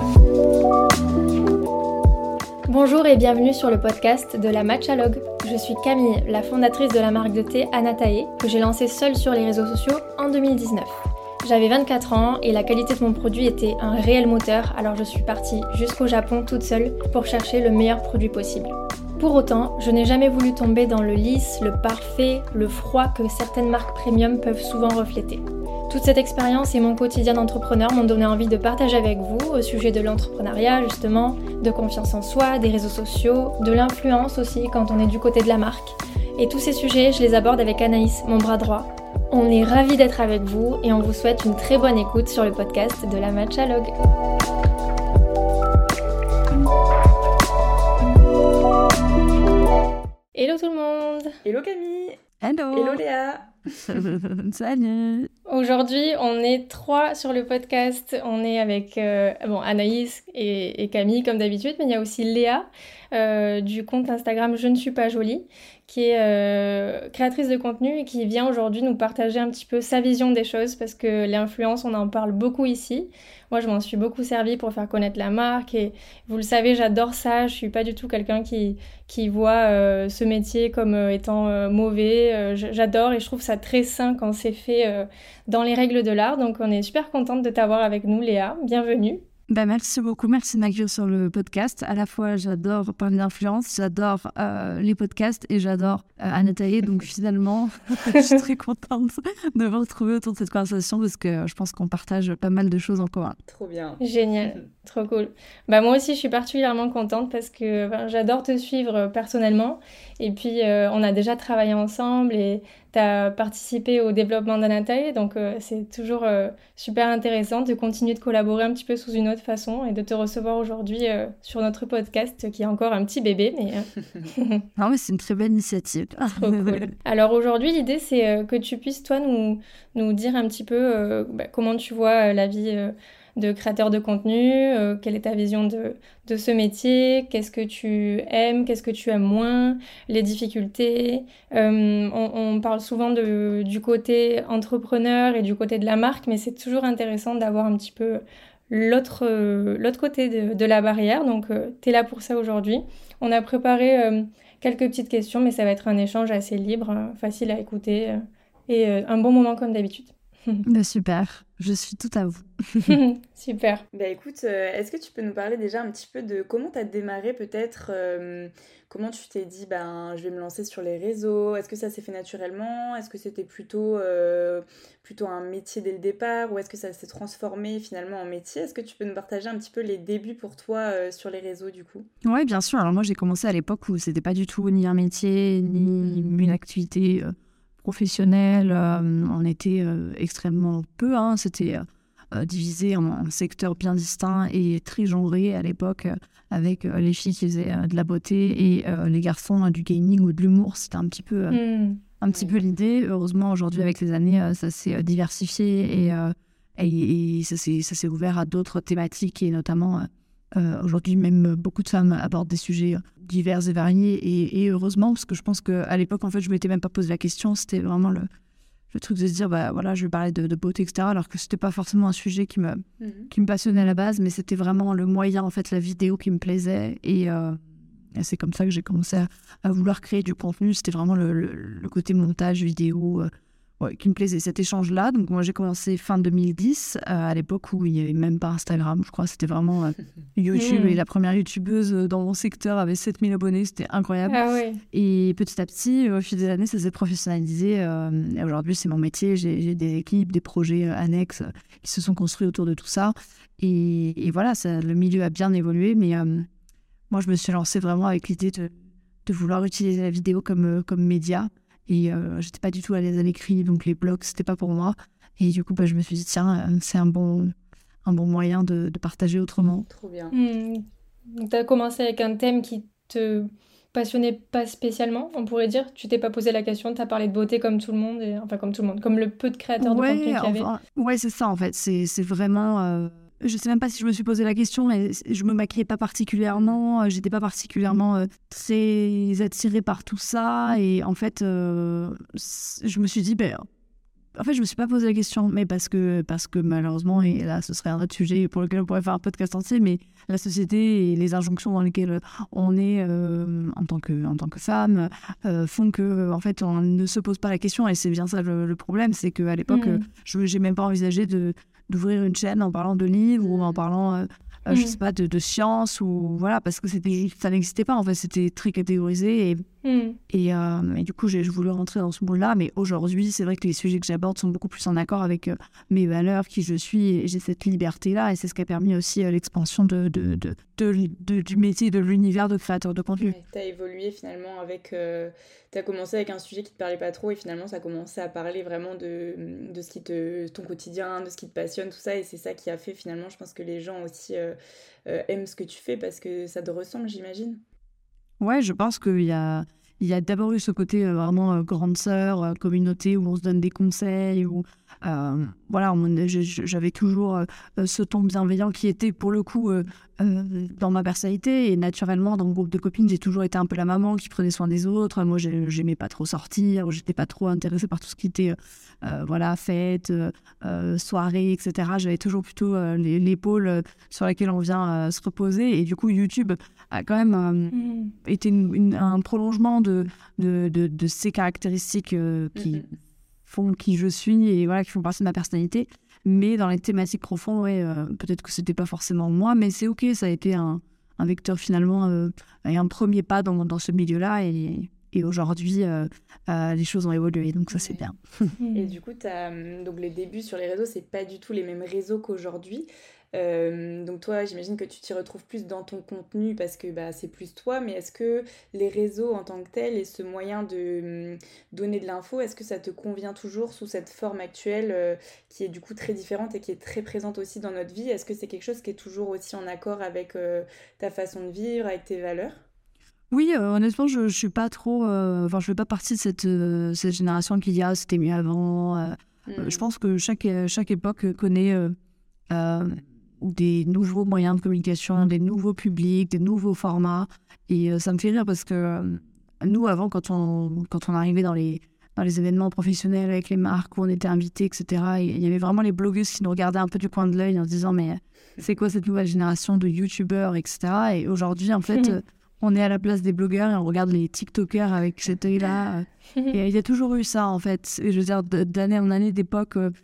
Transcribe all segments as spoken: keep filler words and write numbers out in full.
Bonjour et bienvenue sur le podcast de la Matchalogue. Je suis Camille, la fondatrice de la marque de thé Anatae, que j'ai lancée seule sur les réseaux sociaux en deux mille dix-neuf. J'avais vingt-quatre ans et la qualité de mon produit était un réel moteur, alors je suis partie jusqu'au Japon toute seule pour chercher le meilleur produit possible. Pour autant, je n'ai jamais voulu tomber dans le lisse, le parfait, le froid que certaines marques premium peuvent souvent refléter. Toute cette expérience et mon quotidien d'entrepreneur m'ont donné envie de partager avec vous au sujet de l'entrepreneuriat justement, de confiance en soi, des réseaux sociaux, de l'influence aussi quand on est du côté de la marque. Et tous ces sujets, je les aborde avec Anaïs, mon bras droit. On est ravis d'être avec vous et on vous souhaite une très bonne écoute sur le podcast de la Matchalogue. Hello tout le monde! Hello Camille! Hello! Hello Léa! Salut! Aujourd'hui, on est trois sur le podcast. On est avec euh, bon, Anaïs et, et Camille comme d'habitude, mais il y a aussi Léa euh, du compte Instagram Je ne suis pas jolie, qui est euh, créatrice de contenu et qui vient aujourd'hui nous partager un petit peu sa vision des choses parce que l'influence, on en parle beaucoup ici. Moi, je m'en suis beaucoup servie pour faire connaître la marque et vous le savez, j'adore ça. Je suis pas du tout quelqu'un qui, qui voit euh, ce métier comme euh, étant euh, mauvais. Euh, j'adore et je trouve ça très sain quand c'est fait euh, dans les règles de l'art. Donc, on est super contente de t'avoir avec nous, Léa. Bienvenue. Ben, merci beaucoup, merci de m'accueillir sur le podcast. À la fois, j'adore parler d'influence, j'adore euh, les podcasts et j'adore euh, Anatae. Donc finalement, je suis très contente de vous retrouver autour de cette conversation parce que je pense qu'on partage pas mal de choses en commun. Trop bien. Génial, trop cool. Bah, moi aussi, je suis particulièrement contente parce que ben, j'adore te suivre personnellement. Et puis, euh, on a déjà travaillé ensemble et tu as participé au développement d'Anatae. Donc, euh, c'est toujours euh, super intéressant de continuer de collaborer un petit peu sous une autre façon et de te recevoir aujourd'hui euh, sur notre podcast qui est encore un petit bébé. Mais, euh... non, mais c'est une très belle initiative. Trop cool. Alors aujourd'hui, l'idée, c'est euh, que tu puisses, toi, nous, nous dire un petit peu euh, bah, comment tu vois euh, la vie euh, de créateur de contenu, euh, quelle est ta vision de, de ce métier, qu'est-ce que tu aimes, qu'est-ce que tu aimes moins, les difficultés. Euh, on, on parle souvent de, du côté entrepreneur et du côté de la marque, mais c'est toujours intéressant d'avoir un petit peu l'autre, euh, l'autre côté de, de la barrière. Donc, euh, tu es là pour ça aujourd'hui. On a préparé euh, quelques petites questions, mais ça va être un échange assez libre, euh, facile à écouter euh, et euh, un bon moment comme d'habitude. Bah super, je suis tout à vous. Super. Bah écoute, euh, est-ce que tu peux nous parler déjà un petit peu de comment tu as démarré peut-être, euh, comment tu t'es dit ben je vais me lancer sur les réseaux, est-ce que ça s'est fait naturellement, est-ce que c'était plutôt, euh, plutôt un métier dès le départ ou est-ce que ça s'est transformé finalement en métier? Est-ce que tu peux nous partager un petit peu les débuts pour toi euh, sur les réseaux du coup? Oui, bien sûr. Alors moi j'ai commencé à l'époque où c'était pas du tout ni un métier ni une activité euh, professionnelle, euh, on était euh, extrêmement peu, hein. C'était euh, divisé en, en secteurs bien distincts et très genrés à l'époque, euh, avec euh, les filles qui faisaient euh, de la beauté et euh, les garçons euh, du gaming ou de l'humour. C'était un petit peu, euh, mmh. un petit peu l'idée. Heureusement, aujourd'hui, avec les années, euh, ça s'est euh, diversifié et, euh, et, et ça, s'est, ça s'est ouvert à d'autres thématiques et notamment... Euh, Euh, aujourd'hui, même beaucoup de femmes abordent des sujets divers et variés et, et heureusement, parce que je pense qu'à l'époque, en fait, je ne m'étais même pas posé la question. C'était vraiment le, le truc de se dire, bah, voilà, je vais parler de, de beauté, et cetera. Alors que ce n'était pas forcément un sujet qui me, mm-hmm. qui me passionnait à la base, mais c'était vraiment le moyen, en fait, la vidéo qui me plaisait. Et, euh, et c'est comme ça que j'ai commencé à, à vouloir créer du contenu. C'était vraiment le, le, le côté montage vidéo euh, Ouais, qui me plaisait, cet échange-là. Donc moi j'ai commencé fin deux mille dix, euh, à l'époque où il n'y avait même pas Instagram, je crois, c'était vraiment euh, YouTube, et la première youtubeuse dans mon secteur avait sept mille abonnés, c'était incroyable. Ah ouais. Et petit à petit, au fil des années, ça s'est professionnalisé, euh, et aujourd'hui c'est mon métier, j'ai, j'ai des équipes, des projets euh, annexes euh, qui se sont construits autour de tout ça, et, et voilà, ça, le milieu a bien évolué, mais euh, moi je me suis lancée vraiment avec l'idée de, de vouloir utiliser la vidéo comme, euh, comme média. Et euh, j'étais pas du tout à l'aise à l'écrit, donc les blogs c'était pas pour moi. Et du coup bah, je me suis dit tiens euh, c'est un bon, un bon moyen de, de partager autrement. Trop bien. Mmh. Donc t'as commencé avec un thème qui te passionnait pas spécialement, on pourrait dire. Tu t'es pas posé la question, t'as parlé de beauté comme tout le monde, et, enfin comme tout le monde, comme le peu de créateurs ouais, de contenu qu'il y avait. Enfin, ouais c'est ça en fait, c'est, c'est vraiment... Euh... Je sais même pas si je me suis posé la question, mais je me maquillais pas particulièrement, j'étais pas particulièrement euh, très attirée par tout ça, et en fait, euh, je me suis dit, ben, En fait, je me suis pas posé la question, mais parce que, parce que malheureusement, et là, ce serait un autre sujet pour lequel on pourrait faire un podcast entier, mais la société et les injonctions dans lesquelles on est euh, en tant que, en tant que femme euh, font que, en fait, on ne se pose pas la question. Et c'est bien ça le, le problème, c'est qu'à l'époque, Mmh. je j'ai même pas envisagé de, d'ouvrir une chaîne en parlant de livres ou en parlant, euh, euh, je Mmh. sais pas, de, de science ou voilà, parce que c'était juste, ça n'existait pas. En fait, c'était très catégorisé et Mmh. Et, euh, et du coup, j'ai je voulais rentrer dans ce moule-là. Mais aujourd'hui, c'est vrai que les sujets que j'aborde sont beaucoup plus en accord avec euh, mes valeurs, qui je suis. Et j'ai cette liberté-là. Et c'est ce qui a permis aussi euh, l'expansion de, de, de, de- de- du métier, de l'univers de créateur de contenu. Ouais, t'as évolué finalement avec... euh, t'as commencé avec un sujet qui te parlait pas trop et finalement ça a commencé à parler vraiment de, de ce qui te... ton quotidien, de ce qui te passionne, tout ça. Et c'est ça qui a fait finalement, je pense que les gens aussi euh, euh, aiment ce que tu fais parce que ça te ressemble, j'imagine. Ouais, je pense qu'il y a, il y a d'abord eu ce côté euh, vraiment euh, grande sœur, euh, communauté, où on se donne des conseils, où euh, voilà, on- je- je- j'avais toujours euh, euh, ce ton bienveillant qui était pour le coup euh, euh, dans ma personnalité. Et naturellement, dans mon groupe de copines, j'ai toujours été un peu la maman qui prenait soin des autres. Moi, j'ai- j'aimais pas trop sortir, j'étais pas trop intéressée par tout ce qui était euh, euh, voilà, fête, euh, euh, soirée, et cetera. J'avais toujours plutôt euh, les- l'épaule euh, sur laquelle on vient euh, se reposer. Et du coup, YouTube a quand même euh, Mmh. était une- une- un prolongement de, de, de, de ces caractéristiques euh, qui Mhm. font qui je suis et voilà, qui font partie de ma personnalité. Mais dans les thématiques profondes, ouais, euh, peut-être que c'était pas forcément moi, mais c'est ok, ça a été un, un vecteur finalement euh, et un premier pas dans, dans ce milieu-là. Et, et aujourd'hui, euh, euh, les choses ont évolué, donc ça c'est Ouais. bien. Et Mmh. du coup, t'as, hum, donc les débuts sur les réseaux, c'est pas du tout les mêmes réseaux qu'aujourd'hui. Euh, donc toi, j'imagine que tu t'y retrouves plus dans ton contenu parce que bah, c'est plus toi, mais est-ce que les réseaux en tant que tels et ce moyen de hum, donner de l'info, est-ce que ça te convient toujours sous cette forme actuelle euh, qui est du coup très différente et qui est très présente aussi dans notre vie? Est-ce que c'est quelque chose qui est toujours aussi en accord avec euh, ta façon de vivre, avec tes valeurs? Oui, euh, honnêtement, je, je suis pas trop. euh, Enfin, je fais pas partie de cette, euh, cette génération qui dit ah, c'était mieux avant. euh. Euh, je Hmm. pense que chaque, euh, chaque époque connaît euh, euh, des nouveaux moyens de communication, des nouveaux publics, des nouveaux formats. Et euh, ça me fait rire parce que euh, nous, avant, quand on, quand on arrivait dans les, dans les événements professionnels avec les marques où on était invités, et cetera, il y avait vraiment les blogueuses qui nous regardaient un peu du coin de l'œil en se disant mais c'est quoi cette nouvelle génération de youtubeurs, et cetera. Et aujourd'hui, en fait, euh, on est à la place des blogueurs et on regarde les TikTokers avec cet œil-là. euh, et il y a toujours eu ça, en fait. Et je veux dire, d- d'année en année, d'époque, euh,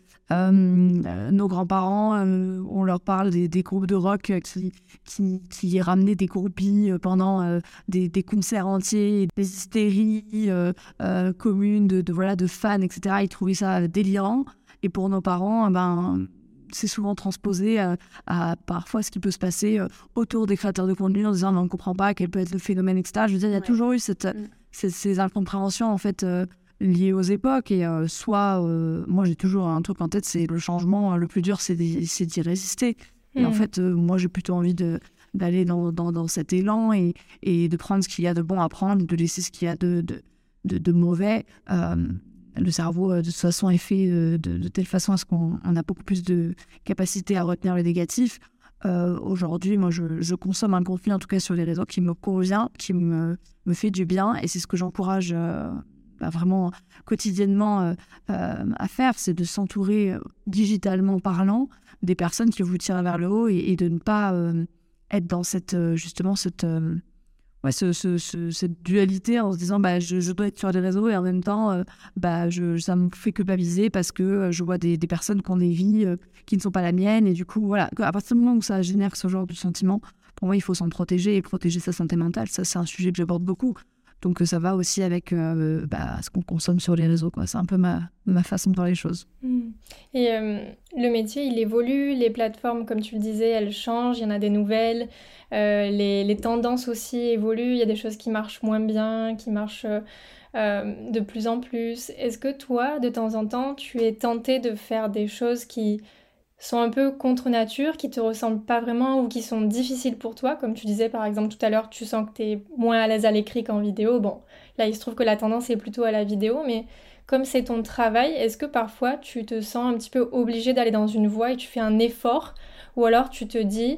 euh, nos grands-parents, euh, on leur parle des, des groupes de rock euh, qui, qui, qui ramenaient des groupies euh, pendant euh, des, des concerts entiers, des hystéries euh, euh, communes de, de, voilà, de fans, et cetera. Ils trouvaient ça délirant. Et pour nos parents, eh ben, c'est souvent transposé à, à parfois ce qui peut se passer euh, autour des créateurs de contenu en disant mais on ne comprend pas quel peut être le phénomène, et cetera. Je veux dire, il y a Ouais. toujours eu cette, Mm. ces, ces incompréhensions en fait euh, liées aux époques et euh, soit euh, moi j'ai toujours un truc en tête, c'est le changement, le plus dur c'est d'y, c'est d'y résister et en Mmh. fait euh, moi j'ai plutôt envie de d'aller dans, dans, dans cet élan et, et de prendre ce qu'il y a de bon à prendre, de laisser ce qu'il y a de, de, de, de mauvais. Euh, le cerveau, euh, de toute façon, est fait euh, de, de telle façon à ce qu'on on a beaucoup plus de capacité à retenir le négatif. Euh, aujourd'hui, moi, je, je consomme un contenu, en tout cas sur les réseaux, qui me convient, qui me, me fait du bien. Et c'est ce que j'encourage euh, bah, vraiment quotidiennement euh, euh, à faire, c'est de s'entourer, euh, digitalement parlant, des personnes qui vous tirent vers le haut et, et de ne pas euh, être dans cette, euh, justement, cette, euh, ouais, ce, ce- ce- cette dualité en se disant bah, je, je dois être sur les réseaux et en même temps, euh, bah, je, ça me fait culpabiliser parce que euh, je vois des, des personnes qui ont des vies euh, qui ne sont pas la mienne. Et du coup, voilà, à partir du moment où ça génère ce genre de sentiment, pour moi, il faut s'en protéger et protéger sa santé mentale. Ça, c'est un sujet que j'aborde beaucoup. Donc, euh, ça va aussi avec euh, bah, ce qu'on consomme sur les réseaux, quoi. C'est un peu ma, ma façon de voir les choses. Mmh. Et euh, le métier, il évolue, les plateformes, comme tu le disais, elles changent, il y en a des nouvelles, euh, les, les tendances aussi évoluent, il y a des choses qui marchent moins bien, qui marchent euh, euh, de plus en plus. Est-ce que toi, de temps en temps, tu es tenté de faire des choses qui sont un peu contre nature, qui te ressemblent pas vraiment ou qui sont difficiles pour toi? Comme tu disais par exemple tout à l'heure, tu sens que tu es moins à l'aise à l'écrit qu'en vidéo. Bon, là il se trouve que la tendance est plutôt à la vidéo, mais comme c'est ton travail, est-ce que parfois tu te sens un petit peu obligé d'aller dans une voie et tu fais un effort, ou alors tu te dis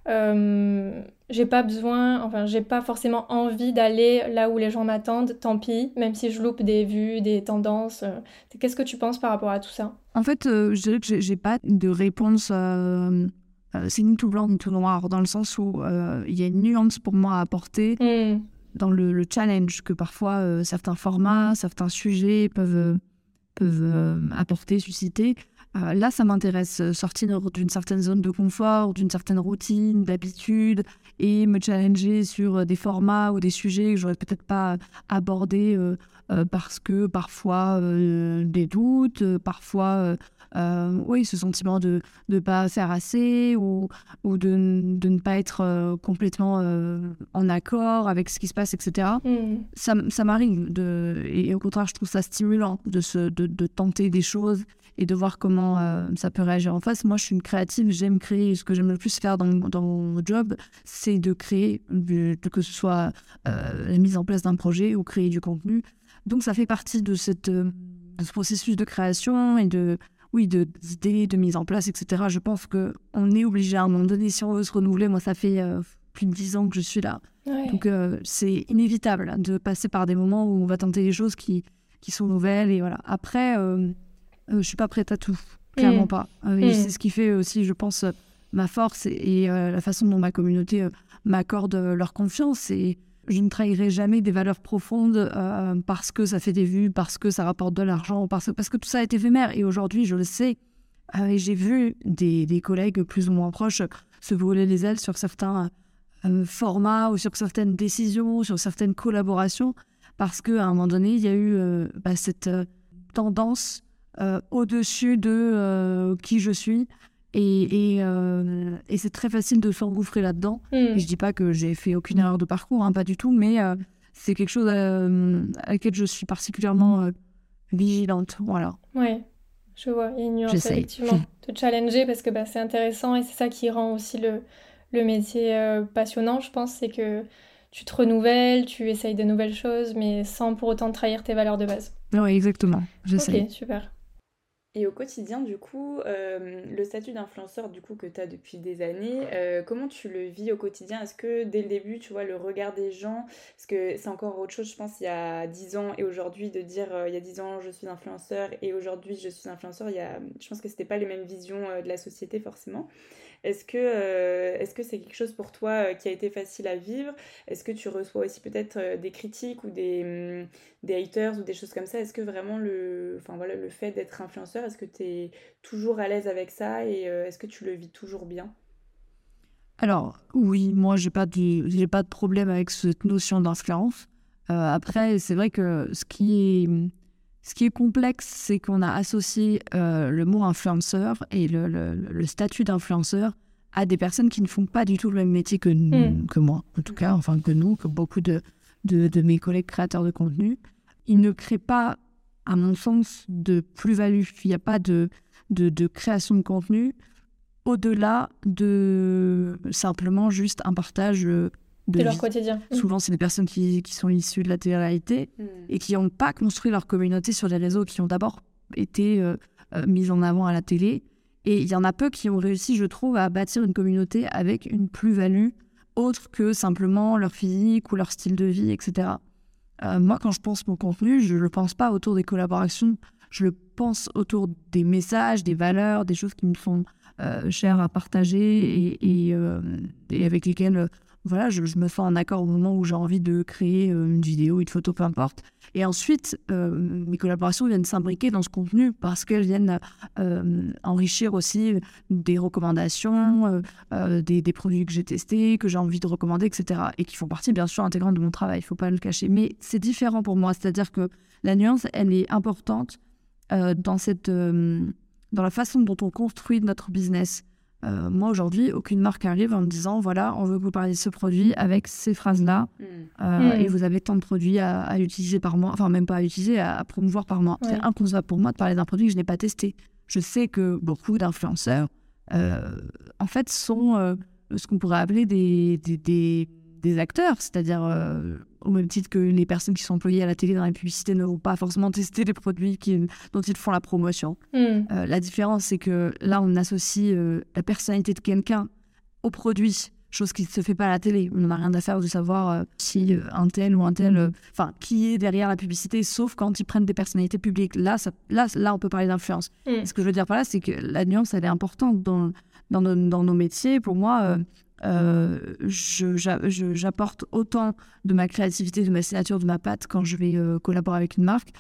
Euh, j'ai pas besoin, enfin, j'ai pas forcément envie d'aller là où les gens m'attendent, tant pis, même si je loupe des vues, des tendances. euh. Qu'est-ce que tu penses par rapport à tout ça? En fait, euh, je dirais que j'ai, j'ai pas de réponse. Euh, euh, c'est ni tout blanc ni tout noir, dans le sens où euh, il y a une nuance pour moi à apporter Mm. dans le, le challenge que parfois euh, certains formats, certains sujets peuvent, euh, peuvent euh, apporter, susciter. Euh, là, ça m'intéresse, euh, sortir d'une certaine zone de confort, d'une certaine routine, d'habitude, et me challenger sur euh, des formats ou des sujets que j'aurais peut-être pas abordés euh, euh, parce que parfois euh, des doutes, euh, parfois euh, euh, oui, ce sentiment de ne pas faire assez ou, ou de, de ne pas être euh, complètement euh, en accord avec ce qui se passe, et cetera. Mm. Ça, ça m'arrive, de, et au contraire, je trouve ça stimulant de, se, de, de tenter des choses et de voir comment euh, ça peut réagir en face. Moi, je suis une créative, j'aime créer. Ce que j'aime le plus faire dans, dans mon job, c'est de créer, de, que ce soit euh, la mise en place d'un projet ou créer du contenu. Donc, ça fait partie de, cette, euh, de ce processus de création et de, oui, de, d'idées, de mise en place, et cetera. Je pense qu'on est obligé à un moment donné, si on veut se renouveler. Moi, ça fait euh, plus de dix ans que je suis là. Ouais. Donc, euh, c'est inévitable de passer par des moments où on va tenter des choses qui, qui sont nouvelles. Et voilà. Après... Euh, Euh, je suis pas prête à tout, clairement Mmh. pas. Euh, et Mmh. c'est ce qui fait aussi, je pense, euh, ma force et, et, euh, la façon dont ma communauté euh, m'accorde euh, leur confiance. Et je ne trahirai jamais des valeurs profondes euh, parce que ça fait des vues, parce que ça rapporte de l'argent, parce, parce que tout ça est éphémère. Et aujourd'hui, je le sais, euh, et j'ai vu des, des collègues plus ou moins proches se voler les ailes sur certains euh, formats ou sur certaines décisions, sur certaines collaborations, parce qu'à un moment donné, il y a eu euh, bah, cette euh, tendance Euh, au-dessus de euh, qui je suis et, et, euh, et c'est très facile de s'engouffrer là-dedans. Mm. Et je dis pas que j'ai fait aucune erreur de parcours, hein, pas du tout, mais euh, c'est quelque chose euh, à laquelle je suis particulièrement euh, vigilante, voilà. Ouais, je vois, il y a une nuance J'essaye. effectivement. Te challenger parce que bah, c'est intéressant et c'est ça qui rend aussi le, le métier euh, passionnant, je pense, c'est que tu te renouvelles, tu essayes de nouvelles choses, mais sans pour autant trahir tes valeurs de base. Oui, exactement, j'essaye. Ok, super. Et au quotidien, du coup, euh, le statut d'influenceur, du coup, que tu as depuis des années, euh, comment tu le vis au quotidien? Est-ce que dès le début, tu vois, le regard des gens, parce que c'est encore autre chose, je pense, il y a dix ans et aujourd'hui, de dire euh, il y a dix ans, je suis influenceur et aujourd'hui, je suis influenceur, il y a, je pense que c'était pas les mêmes visions euh, de la société, forcément. Est-ce que euh, est-ce que c'est quelque chose pour toi euh, qui a été facile à vivre? Est-ce que tu reçois aussi peut-être euh, des critiques ou des, hum, des haters ou des choses comme ça? Est-ce que vraiment le, enfin, voilà, le fait d'être influenceur, est-ce que tu es toujours à l'aise avec ça et euh, est-ce que tu le vis toujours bien? Alors, oui, moi, j'ai pas de, j'ai pas de problème avec cette notion d'influence. Euh, après, c'est vrai que ce qui est, ce qui est complexe, c'est qu'on a associé euh, le mot influenceur et le, le, le statut d'influenceur à des personnes qui ne font pas du tout le même métier que, Mm. que moi, en tout cas, enfin que nous, que beaucoup de, de, de mes collègues créateurs de contenu. Ils ne créent pas, à mon sens, de plus-value. Il n'y a pas de, de, de création de contenu au-delà de simplement juste un partage euh, de De leur vie. quotidien. Mm. Souvent, c'est des personnes qui, qui sont issues de la télé-réalité Hmm. et qui n'ont pas construit leur communauté sur les réseaux, qui ont d'abord été euh, euh, mises en avant à la télé. Et il y en a peu qui ont réussi, je trouve, à bâtir une communauté avec une plus-value autre que simplement leur physique ou leur style de vie, et cetera. Euh, moi, quand je pense mon contenu, je ne le pense pas autour des collaborations, je le pense autour des messages, des valeurs, des choses qui me sont euh, chères à partager et, et, euh, et avec lesquelles euh, voilà, je, je me sens en accord au moment où j'ai envie de créer euh, une vidéo, une photo, peu importe. Et ensuite, euh, mes collaborations viennent s'imbriquer dans ce contenu parce qu'elles viennent euh, enrichir aussi des recommandations, euh, euh, des, des produits que j'ai testés, que j'ai envie de recommander, et cetera. Et qui font partie, bien sûr, intégrante de mon travail, il ne faut pas le cacher. Mais c'est différent pour moi, c'est-à-dire que la nuance, elle est importante euh, dans, cette, euh, dans la façon dont on construit notre business. Euh, moi, aujourd'hui, aucune marque arrive en me disant, voilà, on veut que vous parliez de ce produit avec ces phrases-là, Hmm. euh, Mm. et vous avez tant de produits à, à utiliser par mois, enfin même pas à utiliser, à, à promouvoir par mois. Ouais. C'est inconcevable pour moi de parler d'un produit que je n'ai pas testé. Je sais que beaucoup d'influenceurs, euh, en fait, sont euh, ce qu'on pourrait appeler des, des, des, des acteurs, c'est-à-dire euh, au même titre que les personnes qui sont employées à la télé dans les publicités ne vont pas forcément tester les produits qui, dont ils font la promotion. Mm. Euh, la différence, c'est que là, on associe euh, la personnalité de quelqu'un au produit, chose qui ne se fait pas à la télé. On n'a rien à faire de savoir euh, si euh, un tel ou un tel, enfin, euh, qui est derrière la publicité, sauf quand ils prennent des personnalités publiques. Là, ça, là, là on peut parler d'influence. Mm. Ce que je veux dire par là, c'est que la nuance, elle est importante dans, dans, nos, dans nos métiers. Pour moi, euh, euh, je, je, j'apporte autant de ma créativité, de ma signature, de ma patte quand je vais euh, collaborer avec une marque,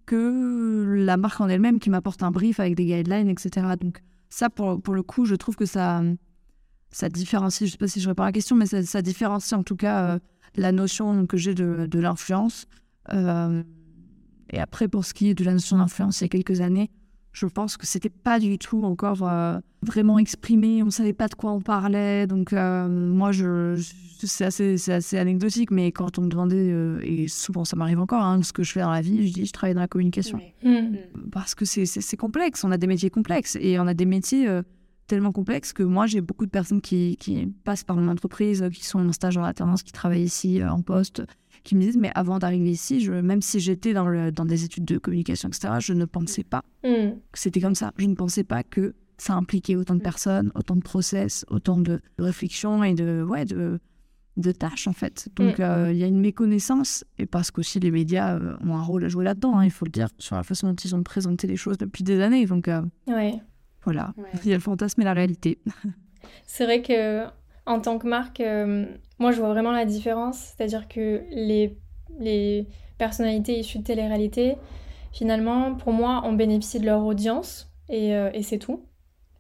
que la marque en elle-même qui m'apporte un brief avec des guidelines, et cetera. Donc ça, pour, pour le coup, je trouve que ça, ça différencie, je ne sais pas si je réponds à la question, mais ça, ça différencie en tout cas euh, la notion que j'ai de, de l'influence. Euh, et après, pour ce qui est de la notion d'influence, il y a quelques années, je pense que c'était pas du tout encore euh, vraiment exprimé, on savait pas de quoi on parlait, donc euh, moi, je, je, c'est, assez, c'est assez anecdotique, mais quand on me demandait, euh, et souvent ça m'arrive encore, hein, ce que je fais dans la vie, je dis je travaille dans la communication. Oui. Mmh. Parce que c'est, c'est, c'est complexe, on a des métiers complexes, et on a des métiers euh, tellement complexes que moi, j'ai beaucoup de personnes qui, qui passent par mon entreprise, qui sont en stage en alternance, qui travaillent ici euh, en poste, qui me disent, mais avant d'arriver ici, je, même si j'étais dans, le, dans des études de communication, et cetera, je ne pensais pas mmh. que c'était comme ça. Je ne pensais pas que ça impliquait autant de personnes, autant de process, autant de réflexions et de, ouais, de, de tâches, en fait. Donc, il mmh. euh, y a une méconnaissance, et parce qu'aussi les médias euh, ont un rôle à jouer là-dedans, hein, il faut le dire, sur la façon dont ils ont présenté les choses depuis des années. Donc, euh, ouais. voilà, ouais. Il y a le fantasme et la réalité. C'est vrai que... En tant que marque, euh, moi, je vois vraiment la différence. C'est-à-dire que les, les personnalités issues de télé-réalité, finalement, pour moi, on bénéficie de leur audience et, euh, et c'est tout.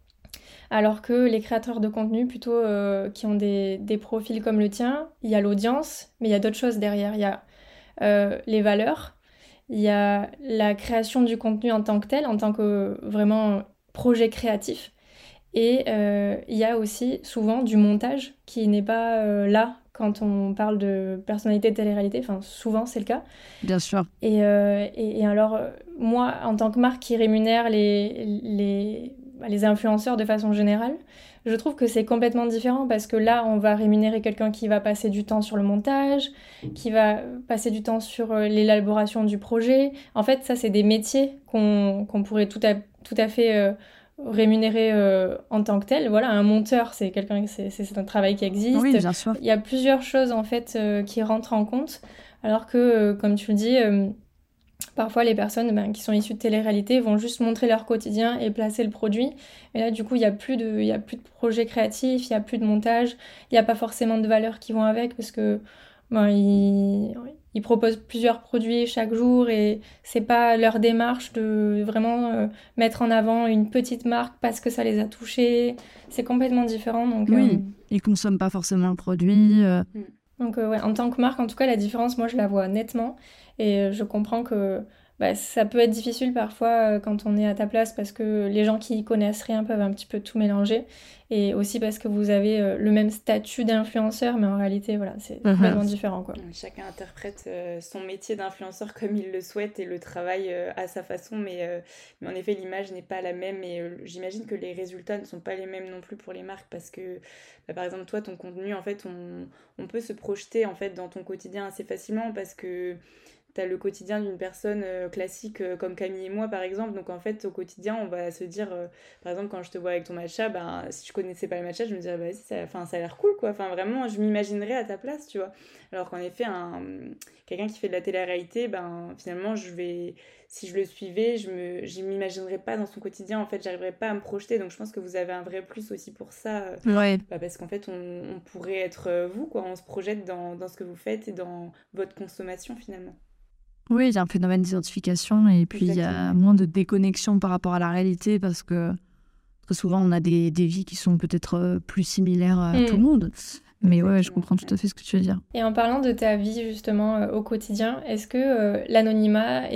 Alors que les créateurs de contenu, plutôt, euh, qui ont des, des profils comme le tien, il y a l'audience, mais il y a d'autres choses derrière. Il y a euh, les valeurs, il y a la création du contenu en tant que tel, en tant que vraiment projet créatif. Et il euh, y a aussi souvent du montage qui n'est pas euh, là quand on parle de personnalité de télé-réalité. Enfin, souvent, c'est le cas. Bien sûr. Et, euh, et, et alors, moi, en tant que marque qui rémunère les, les, les influenceurs de façon générale, je trouve que c'est complètement différent parce que là, on va rémunérer quelqu'un qui va passer du temps sur le montage, qui va passer du temps sur l'élaboration du projet. En fait, ça, c'est des métiers qu'on, qu'on pourrait tout à, tout à fait... Euh, rémunéré euh, en tant que tel. Voilà, un monteur, c'est quelqu'un, c'est, c'est un travail qui existe. Oui, bien sûr. Il y a plusieurs choses en fait euh, qui rentrent en compte, alors que, euh, comme tu le dis, euh, parfois les personnes ben, qui sont issues de télé-réalité vont juste montrer leur quotidien et placer le produit. Et là, du coup, il n'y a plus de, il y a plus de projet créatif, il n'y a plus de montage, il n'y a pas forcément de valeurs qui vont avec parce que ben, ils, ils proposent plusieurs produits chaque jour et c'est pas leur démarche de vraiment euh, mettre en avant une petite marque parce que ça les a touchés. C'est complètement différent. Donc, oui, euh... ils consomment pas forcément le produit. Euh... Donc euh, ouais, en tant que marque, en tout cas, la différence, moi, je la vois nettement et euh, je comprends que bah, ça peut être difficile parfois euh, quand on est à ta place parce que les gens qui connaissent rien peuvent un petit peu tout mélanger et aussi parce que vous avez euh, le même statut d'influenceur mais en réalité voilà c'est uh-huh. complètement différent quoi. Chacun interprète euh, son métier d'influenceur comme il le souhaite et le travaille euh, à sa façon mais, euh, mais en effet l'image n'est pas la même et euh, j'imagine que les résultats ne sont pas les mêmes non plus pour les marques parce que bah, par exemple toi ton contenu en fait on, on peut se projeter en fait dans ton quotidien assez facilement parce que t'as le quotidien d'une personne euh, classique euh, comme Camille et moi par exemple, donc en fait au quotidien on va se dire euh, par exemple quand je te vois avec ton matcha, ben, si je connaissais pas le matcha je me dirais bah, si, ça, ça a l'air cool quoi, enfin vraiment je m'imaginerais à ta place tu vois, alors qu'en effet un, quelqu'un qui fait de la télé-réalité ben finalement je vais, si je le suivais je, me, je m'imaginerais pas dans son quotidien en fait, j'arriverais pas à me projeter, donc je pense que vous avez un vrai plus aussi pour ça euh, ouais. bah, parce qu'en fait on, on pourrait être euh, vous quoi, on se projette dans, dans ce que vous faites et dans votre consommation finalement. Oui, il y a un phénomène d'identification et puis il y a moins de déconnexion par rapport à la réalité parce que très souvent on a des, des vies qui sont peut-être plus similaires à mmh. tout le monde. Mais ouais, je comprends tout à fait ce que tu veux dire. Et en parlant de ta vie justement euh, au quotidien, est-ce que euh, l'anonymat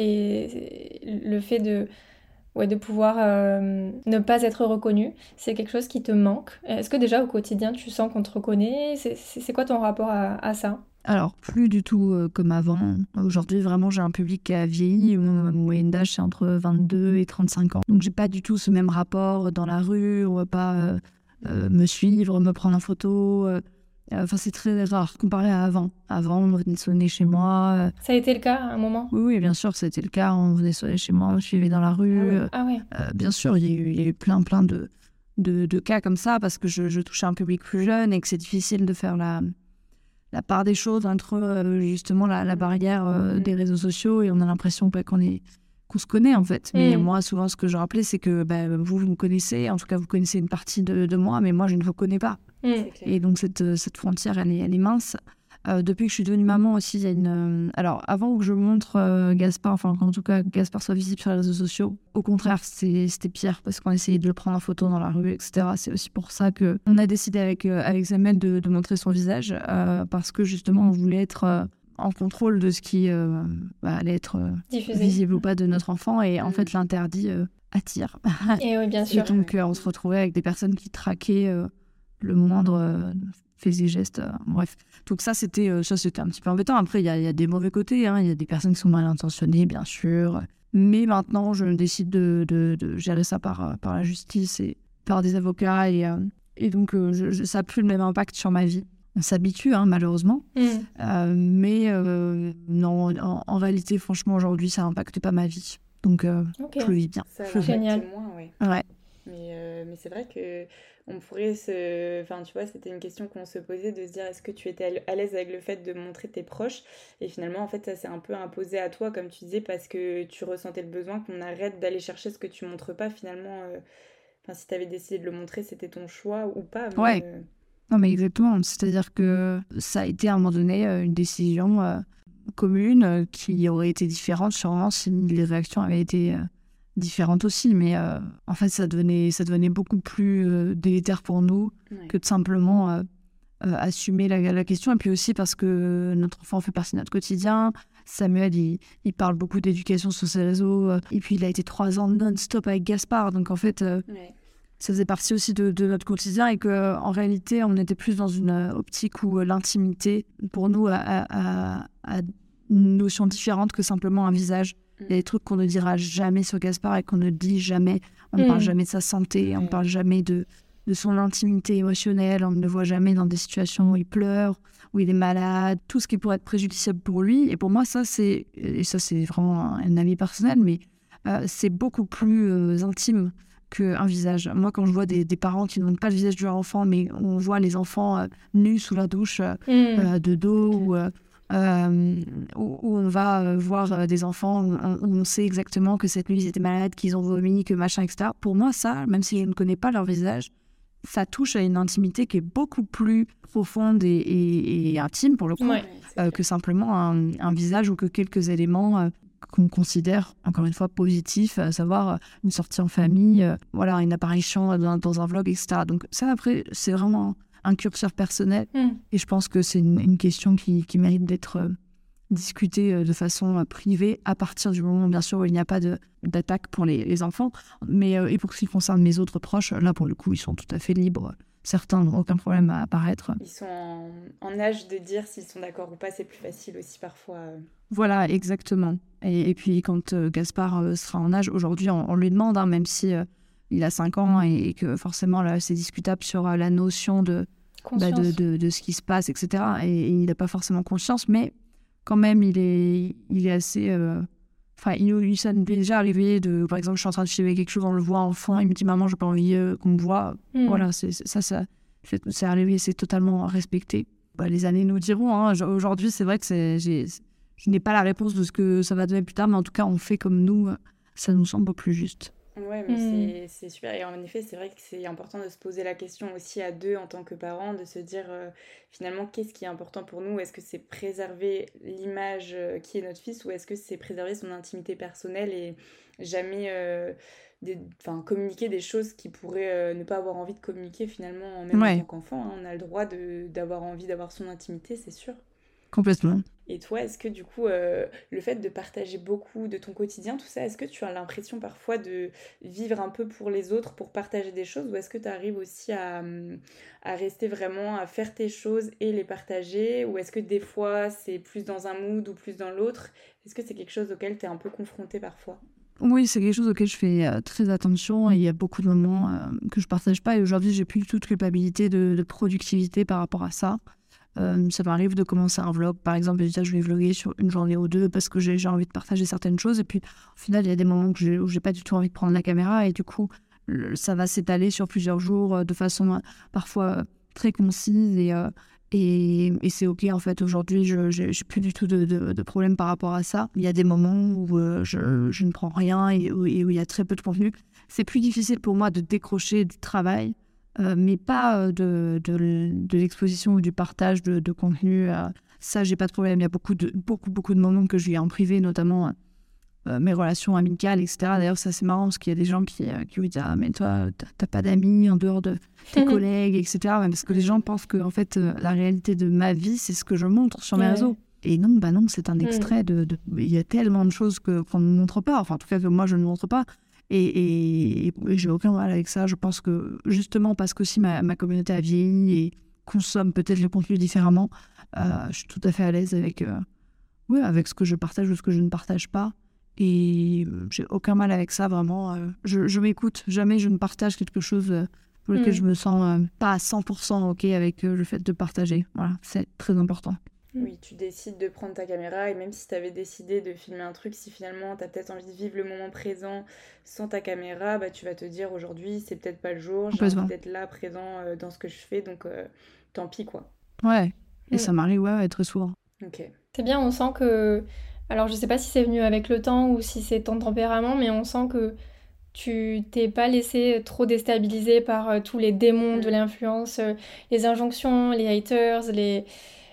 et le fait de, ouais, de pouvoir euh, ne pas être reconnu, c'est quelque chose qui te manque ? Est-ce que déjà au quotidien tu sens qu'on te reconnaît ? c'est, c'est, c'est quoi ton rapport à, à ça ? Alors, plus du tout euh, comme avant. Aujourd'hui, vraiment, j'ai un public qui a vieilli. Mon moyenne d'âge, c'est entre vingt-deux et trente-cinq ans. Donc, j'ai pas du tout ce même rapport dans la rue. On va pas euh, euh, me suivre, me prendre en photo. Enfin, euh, c'est très rare comparé à avant. Avant, on venait sonner chez moi. Ça a été le cas à un moment ? Oui, oui, bien sûr, ça a été le cas. On venait sonner chez moi, on me suivait dans la rue. Ah ouais. Ah ouais. Euh, bien sûr, il y, a eu, il y a eu plein, plein de... de, de cas comme ça parce que je, je touchais un public plus jeune et que c'est difficile de faire la, la part des choses entre euh, justement la, la barrière euh, des réseaux sociaux et on a l'impression bah, qu'on est qu'on se connaît en fait. Mais Mm. moi, souvent, ce que je rappelais, c'est que bah, vous, vous me connaissez, en tout cas, vous connaissez une partie de, de moi, mais moi, je ne vous connais pas. Mm. C'est clair. Et donc, cette, cette frontière, elle est, elle est mince. Euh, depuis que je suis devenue maman aussi, il y a une... euh, Alors, avant que je montre euh, Gaspard, enfin, qu'en tout cas, Gaspard soit visible sur les réseaux sociaux, au contraire, c'est- c'était pire parce qu'on essayait de le prendre en photo dans la rue, et cetera. C'est aussi pour ça qu'on a décidé avec, euh, avec Samuel de, de montrer son visage euh, parce que, justement, on voulait être euh, en contrôle de ce qui euh, bah, allait être euh, Diffusé. visible ou pas de notre enfant. Et en Mm. fait, l'interdit euh, attire. Et oui, bien Et sûr. donc, euh, on se retrouvait avec des personnes qui traquaient euh, le moindre euh, fait et geste. euh, bref. Donc, ça, c'était euh, ça, c'était un petit peu embêtant. Après, il y, a- il y a des mauvais côtés. hein. Il y a des personnes qui sont mal intentionnées, bien sûr. Mais maintenant, je décide de, de, de gérer ça par, euh, par la justice et par des avocats. Et, euh, et donc, euh, je- je- ça n'a plus le même impact sur ma vie. On s'habitue, hein, malheureusement. Mm. Euh, mais euh, non, en, en réalité, franchement, aujourd'hui, ça n'impacte pas ma vie. Donc, euh, Ok. je le vis bien. Ça Génial. l'impacte moins, ouais. Ouais. Mais, euh, mais c'est vrai que on pourrait se... Enfin, tu vois, c'était une question qu'on se posait de se dire est-ce que tu étais à l- à l'aise avec le fait de montrer tes proches? Et finalement, en fait, ça s'est un peu imposé à toi, comme tu disais, parce que tu ressentais le besoin qu'on arrête d'aller chercher ce que tu montres pas. Finalement, euh, enfin, si tu avais décidé de le montrer, c'était ton choix ou pas. Mais, Ouais. euh, Non, mais exactement. C'est-à-dire que ça a été à un moment donné euh, une décision euh, commune euh, qui aurait été différente sûrement si les réactions avaient été euh, différentes aussi. Mais euh, en fait, ça devenait, ça devenait beaucoup plus euh, délétère pour nous ouais. que de simplement euh, euh, assumer la, la question. Et puis aussi parce que notre enfant fait partie de notre quotidien. Samuel, il, il parle beaucoup d'éducation sur ses réseaux. euh, et puis, il a été trois ans non-stop avec Gaspard. Donc, en fait... euh, Ouais. ça faisait partie aussi de, de notre quotidien et qu'en réalité, on était plus dans une euh, optique où euh, l'intimité, pour nous, a, a- a- a une notion différente que simplement un visage. Il y a des trucs qu'on ne dira jamais sur Gaspard et qu'on ne dit jamais. On ne Mm. parle jamais de sa santé, on ne Ouais. parle jamais de, de son intimité émotionnelle, on ne le voit jamais dans des situations où il pleure, où il est malade, tout ce qui pourrait être préjudiciable pour lui. Et pour moi, ça, c'est, et ça, c'est vraiment un, un avis personnel, mais euh, c'est beaucoup plus euh, intime qu'un visage. Moi, quand je vois des, des parents qui ne montrent pas le visage de leur enfant, mais on voit les enfants euh, nus sous la douche, euh, Mm. euh, de dos, ou, euh, euh, où, où on va euh, voir euh, des enfants, où on, où on sait exactement que cette nuit, ils étaient malades, qu'ils ont vomi, que machin, et cetera. Pour moi, ça, même si je ne connais pas leur visage, ça touche à une intimité qui est beaucoup plus profonde et, et- et intime, pour le coup, Ouais. Ouais, c'est euh, clair. que simplement un, un visage ou que quelques éléments euh, qu'on considère, encore une fois, positifs, à savoir euh, une sortie en famille, euh, voilà, une apparition dans, dans un vlog, et cetera. Donc ça, après, c'est vraiment un curseur personnel Mm. et je pense que c'est une, une question qui, qui mérite d'être euh, discutée euh, de façon euh, privée à partir du moment, bien sûr, où il n'y a pas de- d'attaque pour les, les enfants. Mais, euh, et pour ce qui concerne mes autres proches, là, pour le coup, ils sont tout à fait libres. Certains n'ont aucun problème à apparaître. Ils sont en, en âge de dire s'ils sont d'accord ou pas, c'est plus facile aussi parfois. euh. Voilà, exactement. Et, et puis quand euh, Gaspard euh, sera en âge, aujourd'hui on, on lui demande, hein, même si euh, il a cinq ans et, et que forcément là c'est discutable sur euh, la notion de, bah, Conscience. de, de, de ce qui se passe, et cetera. Et, et il n'a pas forcément conscience, mais quand même il est, il est assez... euh, Enfin, il lui ça nous est déjà arrivé de... Par exemple, je suis en train de filmer quelque chose, on le voit enfant, il me dit « Maman, j'ai pas envie euh, qu'on me voit. Mm. Voilà, c'est, c'est- ça, ça c'est, c'est arrivé, c'est totalement respecté. Bah, les années nous diront. Hein. Je- Aujourd'hui, c'est vrai que c'est, j'ai, je n'ai pas la réponse de ce que ça va donner plus tard, mais en tout cas, on fait comme nous. euh, Ça nous semble plus juste. Ouais, mais Mm. c'est c'est super. Et en effet, c'est vrai que c'est important de se poser la question aussi à deux en tant que parents, de se dire euh, finalement qu'est-ce qui est important pour nous? Est-ce que c'est préserver l'image euh, qui est notre fils ou est-ce que c'est préserver son intimité personnelle et jamais euh, des, enfin, communiquer des choses qu'il pourrait euh, ne pas avoir envie de communiquer finalement, même Ouais. en tant qu'enfant. Hein. On a le droit de, d'avoir envie d'avoir son intimité, c'est sûr. Complètement. Et toi, est-ce que du coup, euh, le fait de partager beaucoup de ton quotidien, tout ça, est-ce que tu as l'impression parfois de vivre un peu pour les autres, pour partager des choses, ou est-ce que tu arrives aussi à, hum, à rester vraiment, à faire tes choses et les partager, ou est-ce que des fois c'est plus dans un mood ou plus dans l'autre? Est-ce que c'est quelque chose auquel tu es un peu confronté parfois? Oui, c'est quelque chose auquel je fais euh, très attention et il y a beaucoup de moments euh, que je partage pas. Et aujourd'hui, j'ai plus toute culpabilité de, de productivité par rapport à ça. Euh, ça m'arrive de commencer un vlog, par exemple, et de dire je vais vlogger sur une journée ou deux parce que j'ai, j'ai envie de partager certaines choses. Et puis, au final, il y a des moments où j'ai, où j'ai pas du tout envie de prendre la caméra. Et du coup, le, ça va s'étaler sur plusieurs jours euh, de façon euh, parfois euh, très concise et, euh, et, et c'est ok en fait. Aujourd'hui, je n'ai plus du tout de, de, de problème par rapport à ça. Il y a des moments où euh, je, je ne prends rien et où, et où il y a très peu de contenu. C'est plus difficile pour moi de décrocher du travail, euh, mais pas euh, de, de, de l'exposition ou du partage de, de contenu. Euh, ça, j'ai pas de problème. Il y a beaucoup de, beaucoup, beaucoup de moments que je vis en privé, notamment euh, mes relations amicales, et cetera. D'ailleurs, ça, c'est marrant parce qu'il y a des gens qui, euh, qui vous disent « Ah, mais toi, t'as pas d'amis en dehors de tes collègues, et cetera » Parce que les gens pensent que, en fait, euh, la réalité de ma vie, c'est ce que je montre sur mes ouais. réseaux. Et non, bah non, c'est un extrait de... de... Il y a tellement de choses que, qu'on ne montre pas. Enfin, en tout cas, que moi, je ne montre pas. Et, et, et, et j'ai aucun mal avec ça. Je pense que, justement, parce que aussi ma, ma communauté a vieilli et consomme peut-être le contenu différemment, euh, je suis tout à fait à l'aise avec, euh, ouais, avec ce que je partage ou ce que je ne partage pas. Et euh, j'ai aucun mal avec ça, vraiment. Euh, je, je m'écoute. Jamais je ne partage quelque chose euh, pour lequel mmh. je me sens euh, pas à cent pour cent OK avec euh, le fait de partager. Voilà, c'est très important. Oui, tu décides de prendre ta caméra et même si tu avais décidé de filmer un truc, si finalement tu as peut-être envie de vivre le moment présent sans ta caméra, bah, tu vas te dire aujourd'hui c'est peut-être pas le jour, j'ai envie d'être là présent euh, dans ce que je fais, donc euh, tant pis quoi. Ouais, et mmh. ça m'arrive ouais, très souvent. Ok. C'est bien, on sent que... Alors je sais pas si c'est venu avec le temps ou si c'est ton tempérament, mais on sent que tu t'es pas laissé trop déstabiliser par euh, tous les démons mmh. de l'influence, euh, les injonctions, les haters, les...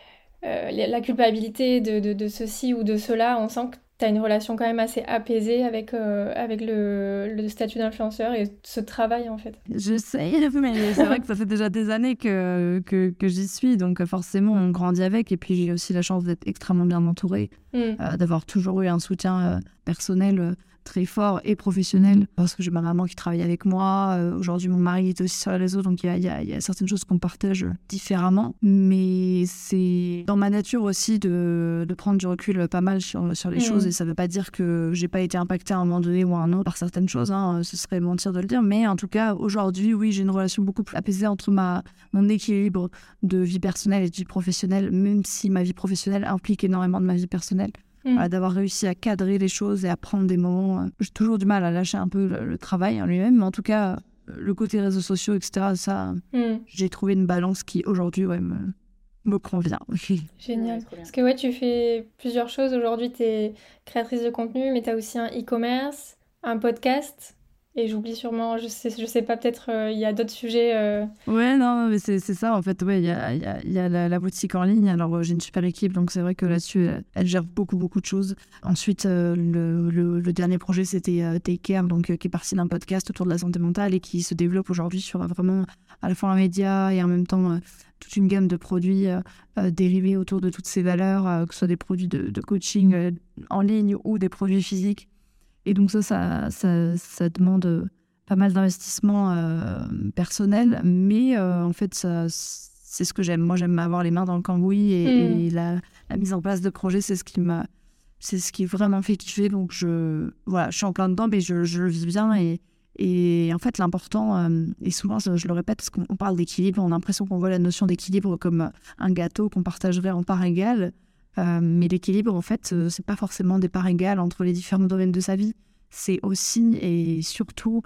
Euh, la culpabilité de, de, de ceci ou de cela. On sent que tu as une relation quand même assez apaisée avec, euh, avec le, le statut d'influenceur et ce travail en fait. J'essaye, mais c'est vrai que ça fait déjà des années que, que, que j'y suis, donc forcément on grandit avec. Et puis j'ai aussi la chance d'être extrêmement bien entourée, mm. euh, d'avoir toujours eu un soutien euh, personnel euh, très fort et professionnel, parce que j'ai ma maman qui travaille avec moi. Euh, aujourd'hui, mon mari est aussi sur les réseaux, donc il y, y, y a certaines choses qu'on partage différemment. Mais c'est dans ma nature aussi de, de prendre du recul pas mal sur, sur les mmh. choses, et ça ne veut pas dire que j'ai pas été impactée à un moment donné ou à un autre par certaines choses, hein, ce serait mentir de le dire. Mais en tout cas, aujourd'hui, oui, j'ai une relation beaucoup plus apaisée entre ma, mon équilibre de vie personnelle et de vie professionnelle, même si ma vie professionnelle implique énormément de ma vie personnelle. Mmh. Voilà, d'avoir réussi à cadrer les choses et à prendre des moments. Euh, j'ai toujours du mal à lâcher un peu le, le travail en lui-même, mais en tout cas, euh, le côté réseaux sociaux, et cetera, ça, mmh. j'ai trouvé une balance qui, aujourd'hui, ouais, me, me convient. Génial. Ouais, parce que ouais, tu fais plusieurs choses. Aujourd'hui, tu es créatrice de contenu, mais tu as aussi un e-commerce, un podcast. Et j'oublie sûrement, je sais, je sais pas, peut-être il euh, y a d'autres sujets. Euh... Ouais, non, mais c'est, c'est ça, en fait. Ouais, il y a, y a, y a la, la boutique en ligne. Alors, euh, j'ai une super équipe, donc c'est vrai que là-dessus, elle, elle gère beaucoup, beaucoup de choses. Ensuite, euh, le, le, le dernier projet, c'était euh, Take Care, donc, euh, qui est parti d'un podcast autour de la santé mentale et qui se développe aujourd'hui sur euh, vraiment à la fois un média et en même temps euh, toute une gamme de produits euh, euh, dérivés autour de toutes ces valeurs, euh, que ce soit des produits de, de coaching euh, en ligne ou des produits physiques. Et donc ça, ça, ça, ça demande pas mal d'investissement euh, personnel, mais euh, en fait, ça, c'est ce que j'aime. Moi, j'aime avoir les mains dans le cambouis et, mmh. et la, la mise en place de projets, c'est ce qui m'a, c'est ce qui vraiment fait kiffer. Donc, je, voilà, je suis en plein dedans, mais je, je le vis bien. Et, et en fait, l'important, euh, et souvent, je, je le répète, parce qu'on parle d'équilibre, on a l'impression qu'on voit la notion d'équilibre comme un gâteau qu'on partagerait en parts égales. Euh, mais l'équilibre, en fait, euh, c'est pas forcément des parts égales entre les différents domaines de sa vie. C'est aussi et surtout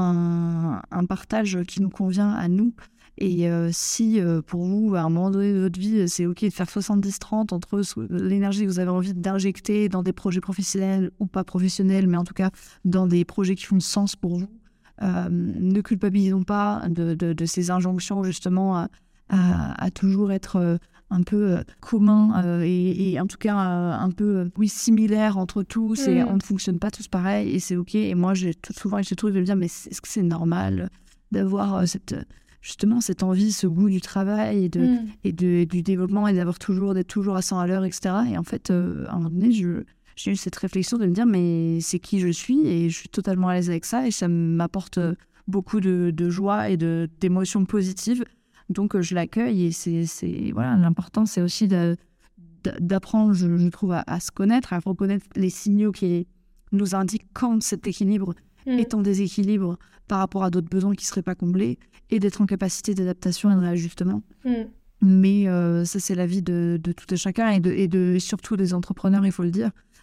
un, un partage qui nous convient à nous. Et euh, si euh, pour vous, à un moment donné de votre vie, c'est OK de faire soixante-dix trente entre l'énergie que vous avez envie d'injecter dans des projets professionnels ou pas professionnels, mais en tout cas dans des projets qui font sens pour vous, euh, ne culpabilisons pas de, de, de ces injonctions justement à, à, à toujours être... Euh, un peu euh, commun euh, et, et en tout cas euh, un peu euh, oui similaire entre tous mmh. et on ne fonctionne pas tous pareil et c'est ok. Et moi j'ai tout souvent j'ai trouvé de me dire mais est-ce que c'est normal d'avoir euh, cette justement cette envie, ce goût du travail et de mmh. et de et du développement et d'avoir toujours d'être toujours à cent à l'heure, etc. Et en fait euh, à un moment donné je j'ai eu cette réflexion de me dire mais c'est qui je suis et je suis totalement à l'aise avec ça et ça m'apporte beaucoup de, de joie et de d'émotions positives. Donc, euh, je l'accueille et c'est, c'est, voilà, l'important, c'est aussi de, de, d'apprendre, je, je trouve, à, à se connaître, à reconnaître les signaux qui nous indiquent quand cet équilibre mmh. est en déséquilibre par rapport à d'autres besoins qui ne seraient pas comblés et d'être en capacité d'adaptation et de réajustement. Mmh. Mais euh, ça, c'est la vie de, de tout et chacun et, de, et, de, et surtout des entrepreneurs, il faut le dire.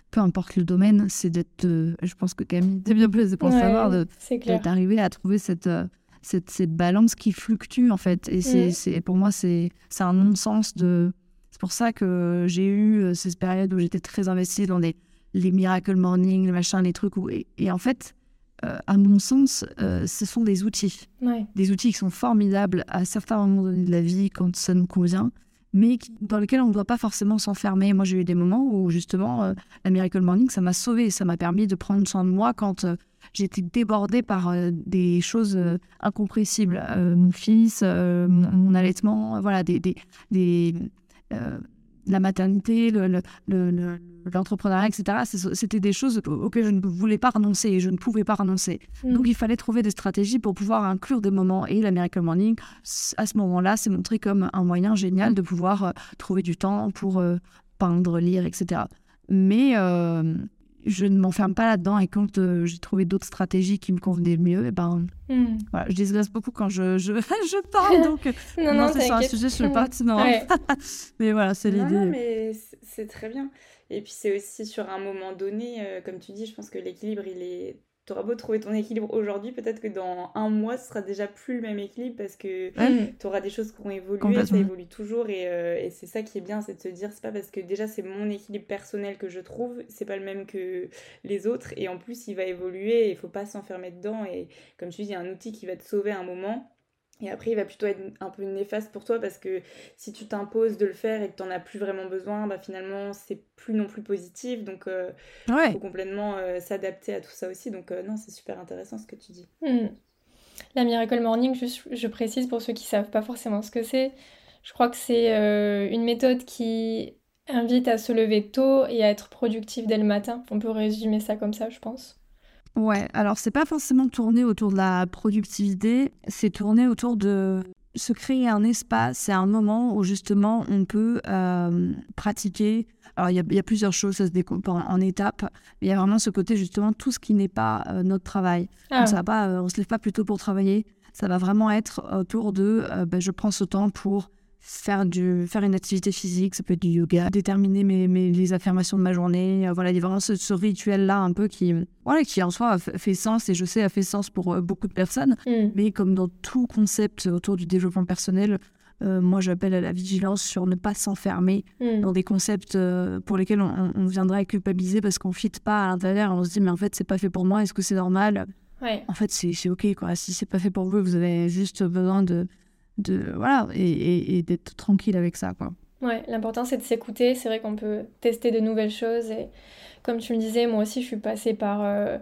peu importe le domaine, c'est d'être, euh, je pense que Camille t'es bien placée pour Ouais, savoir, de, c'est clair. d'arriver à trouver cette, euh, cette, cette balance qui fluctue en fait. Et c'est, Mm. c'est, pour moi, c'est, c'est un non-sens de... C'est pour ça que j'ai eu euh, ces périodes où j'étais très investie dans les, les Miracle Morning, les machins, les trucs. Où, et, et en fait, euh, à mon sens, euh, ce sont des outils. Ouais. Des outils qui sont formidables à certains moments donnés de la vie quand ça nous convient, mais qui, dans lesquels on ne doit pas forcément s'enfermer. Moi, j'ai eu des moments où, justement, euh, la Miracle Morning, ça m'a sauvée. Ça m'a permis de prendre soin de moi quand euh, j'étais débordée par euh, des choses euh, incompressibles. Euh, mon fils, euh, mon, mon allaitement, voilà, des... des, des euh, la maternité, le, le, le, le, l'entrepreneuriat, et cetera. C'était des choses auxquelles je ne voulais pas renoncer et je ne pouvais pas renoncer. Mm. Donc, il fallait trouver des stratégies pour pouvoir inclure des moments. Et la Miracle Morning, à ce moment-là, s'est montré comme un moyen génial de pouvoir euh, trouver du temps pour euh, peindre, lire, et cetera. Mais euh, je ne m'enferme pas là-dedans. Et quand euh, j'ai trouvé d'autres stratégies qui me convenaient mieux, et ben, mm. voilà, je digresse beaucoup quand je, je, je parle. Donc, non, non, non c'est sur un sujet, je ne pas. Non. Ouais. Mais voilà, c'est l'idée. Non, non, mais c'est très bien. Et puis c'est aussi sur un moment donné, euh, comme tu dis, je pense que l'équilibre, il est... Tu auras beau trouver ton équilibre aujourd'hui, peut-être que dans un mois, ce sera déjà plus le même équilibre parce que mmh. tu auras des choses qui ont évolué, ça évolue toujours. Et, euh, et c'est ça qui est bien, c'est de se dire, c'est pas parce que déjà c'est mon équilibre personnel que je trouve, c'est pas le même que les autres. Et en plus, il va évoluer et il faut pas s'enfermer dedans. Et comme tu dis, il y a un outil qui va te sauver à un moment. Et après, il va plutôt être un peu néfaste pour toi parce que si tu t'imposes de le faire et que tu n'en as plus vraiment besoin, bah finalement, c'est plus non plus positif. Donc, il euh, ouais. faut complètement euh, s'adapter à tout ça aussi. Donc, euh, non, c'est super intéressant ce que tu dis. Mmh. La Miracle Morning, juste, je précise pour ceux qui ne savent pas forcément ce que c'est. Je crois que c'est euh, une méthode qui invite à se lever tôt et à être productif dès le matin. On peut résumer ça comme ça, je pense. Ouais, alors c'est pas forcément tourné autour de la productivité, c'est tourné autour de se créer un espace, c'est un moment où justement on peut euh, pratiquer. Alors il y, y a plusieurs choses, ça se découpe en, en étapes, mais il y a vraiment ce côté justement tout ce qui n'est pas euh, notre travail. Ah. Donc, ça va pas, euh, on se lève pas plus tôt pour travailler, ça va vraiment être autour de euh, ben, je prends ce temps pour faire, du, faire une activité physique, ça peut être du yoga, déterminer mes, mes, les affirmations de ma journée. Euh, voilà, il y a vraiment ce, ce rituel-là un peu qui, voilà, qui en soi fait sens, et je sais a fait sens pour euh, beaucoup de personnes, mm. mais comme dans tout concept autour du développement personnel, euh, moi j'appelle à la vigilance sur ne pas s'enfermer mm. dans des concepts euh, pour lesquels on, on viendrait culpabiliser parce qu'on ne fit pas à l'intérieur, on se dit mais en fait c'est pas fait pour moi, est-ce que c'est normal? Ouais. En fait c'est, c'est ok quoi, si c'est pas fait pour vous, vous avez juste besoin de de voilà et, et, et d'être tranquille avec ça quoi. Ouais, l'important c'est de s'écouter. C'est vrai qu'on peut tester de nouvelles choses et comme tu me disais, moi aussi je suis passée par euh,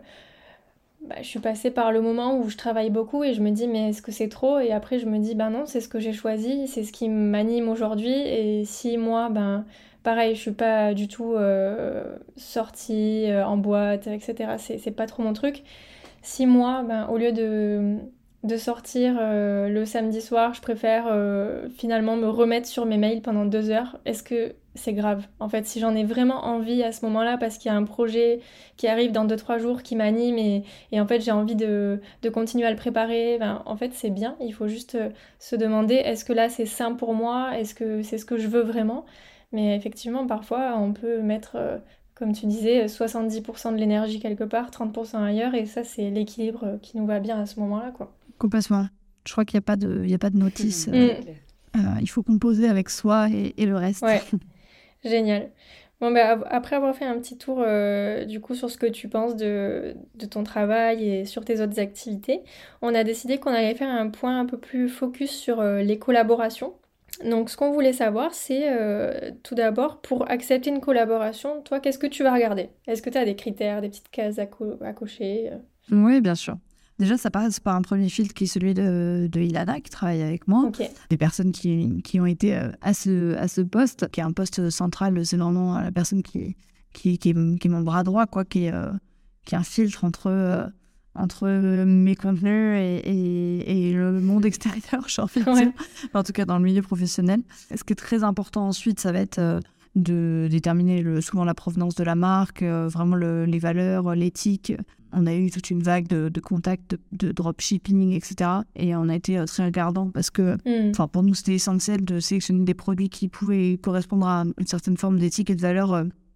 bah, je suis passée par le moment où je travaille beaucoup et je me dis mais est-ce que c'est trop, et après je me dis ben non, c'est ce que j'ai choisi, c'est ce qui m'anime aujourd'hui. Et si moi ben pareil je suis pas du tout euh, sortie euh, en boîte etc, c'est, c'est pas trop mon truc. Si moi ben au lieu de de sortir euh, le samedi soir, je préfère euh, finalement me remettre sur mes mails pendant deux heures. Est-ce que c'est grave? En fait, si j'en ai vraiment envie à ce moment-là, parce qu'il y a un projet qui arrive dans deux trois jours qui m'anime et, et en fait j'ai envie de, de continuer à le préparer, ben, en fait c'est bien. Il faut juste euh, se demander, est-ce que là c'est sain pour moi? Est-ce que c'est ce que je veux vraiment? Mais effectivement, parfois on peut mettre... Euh, comme tu disais, soixante-dix pour cent de l'énergie quelque part, trente pour cent ailleurs, et ça c'est l'équilibre qui nous va bien à ce moment-là, quoi. Complètement. Je crois qu'il n'y a pas de, il y a pas de notice. Mmh. Euh, euh, il faut composer avec soi et, et le reste. Ouais, génial. Bon, bah, après avoir fait un petit tour euh, du coup sur ce que tu penses de, de ton travail et sur tes autres activités, on a décidé qu'on allait faire un point un peu plus focus sur euh, les collaborations. Donc ce qu'on voulait savoir, c'est euh, tout d'abord, pour accepter une collaboration, toi, qu'est-ce que tu vas regarder? Est-ce que tu as des critères, des petites cases à, co- à cocher? Oui, bien sûr. Déjà, ça passe par un premier filtre qui est celui de, de Ilana, qui travaille avec moi. Okay. Des personnes qui, qui ont été à ce, à ce poste, qui est un poste central, c'est vraiment la personne qui, qui, qui, est, qui est mon bras droit, quoi, qui, est, euh, qui est un filtre entre, euh, entre mes contenus et, et, et le monde extérieur, j'ai envie de dire. Ouais. En tout cas, dans le milieu professionnel. Ce qui est très important ensuite, ça va être... Euh, de déterminer le, souvent la provenance de la marque, euh, vraiment le, les valeurs, l'éthique. On a eu toute une vague de, de contacts, de, de dropshipping, et cetera. Et on a été euh, très regardants parce que mm. pour nous, c'était essentiel de sélectionner des produits qui pouvaient correspondre à une certaine forme d'éthique et de valeur euh,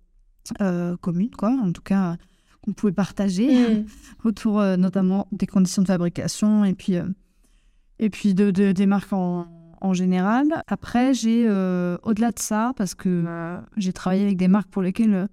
euh, commune, quoi, en tout cas, qu'on pouvait partager Mm. autour euh, notamment des conditions de fabrication et puis, euh, et puis de, de, des marques en, en général. Après, j'ai, euh, au-delà de ça, parce que euh, j'ai travaillé avec des marques pour lesquelles euh,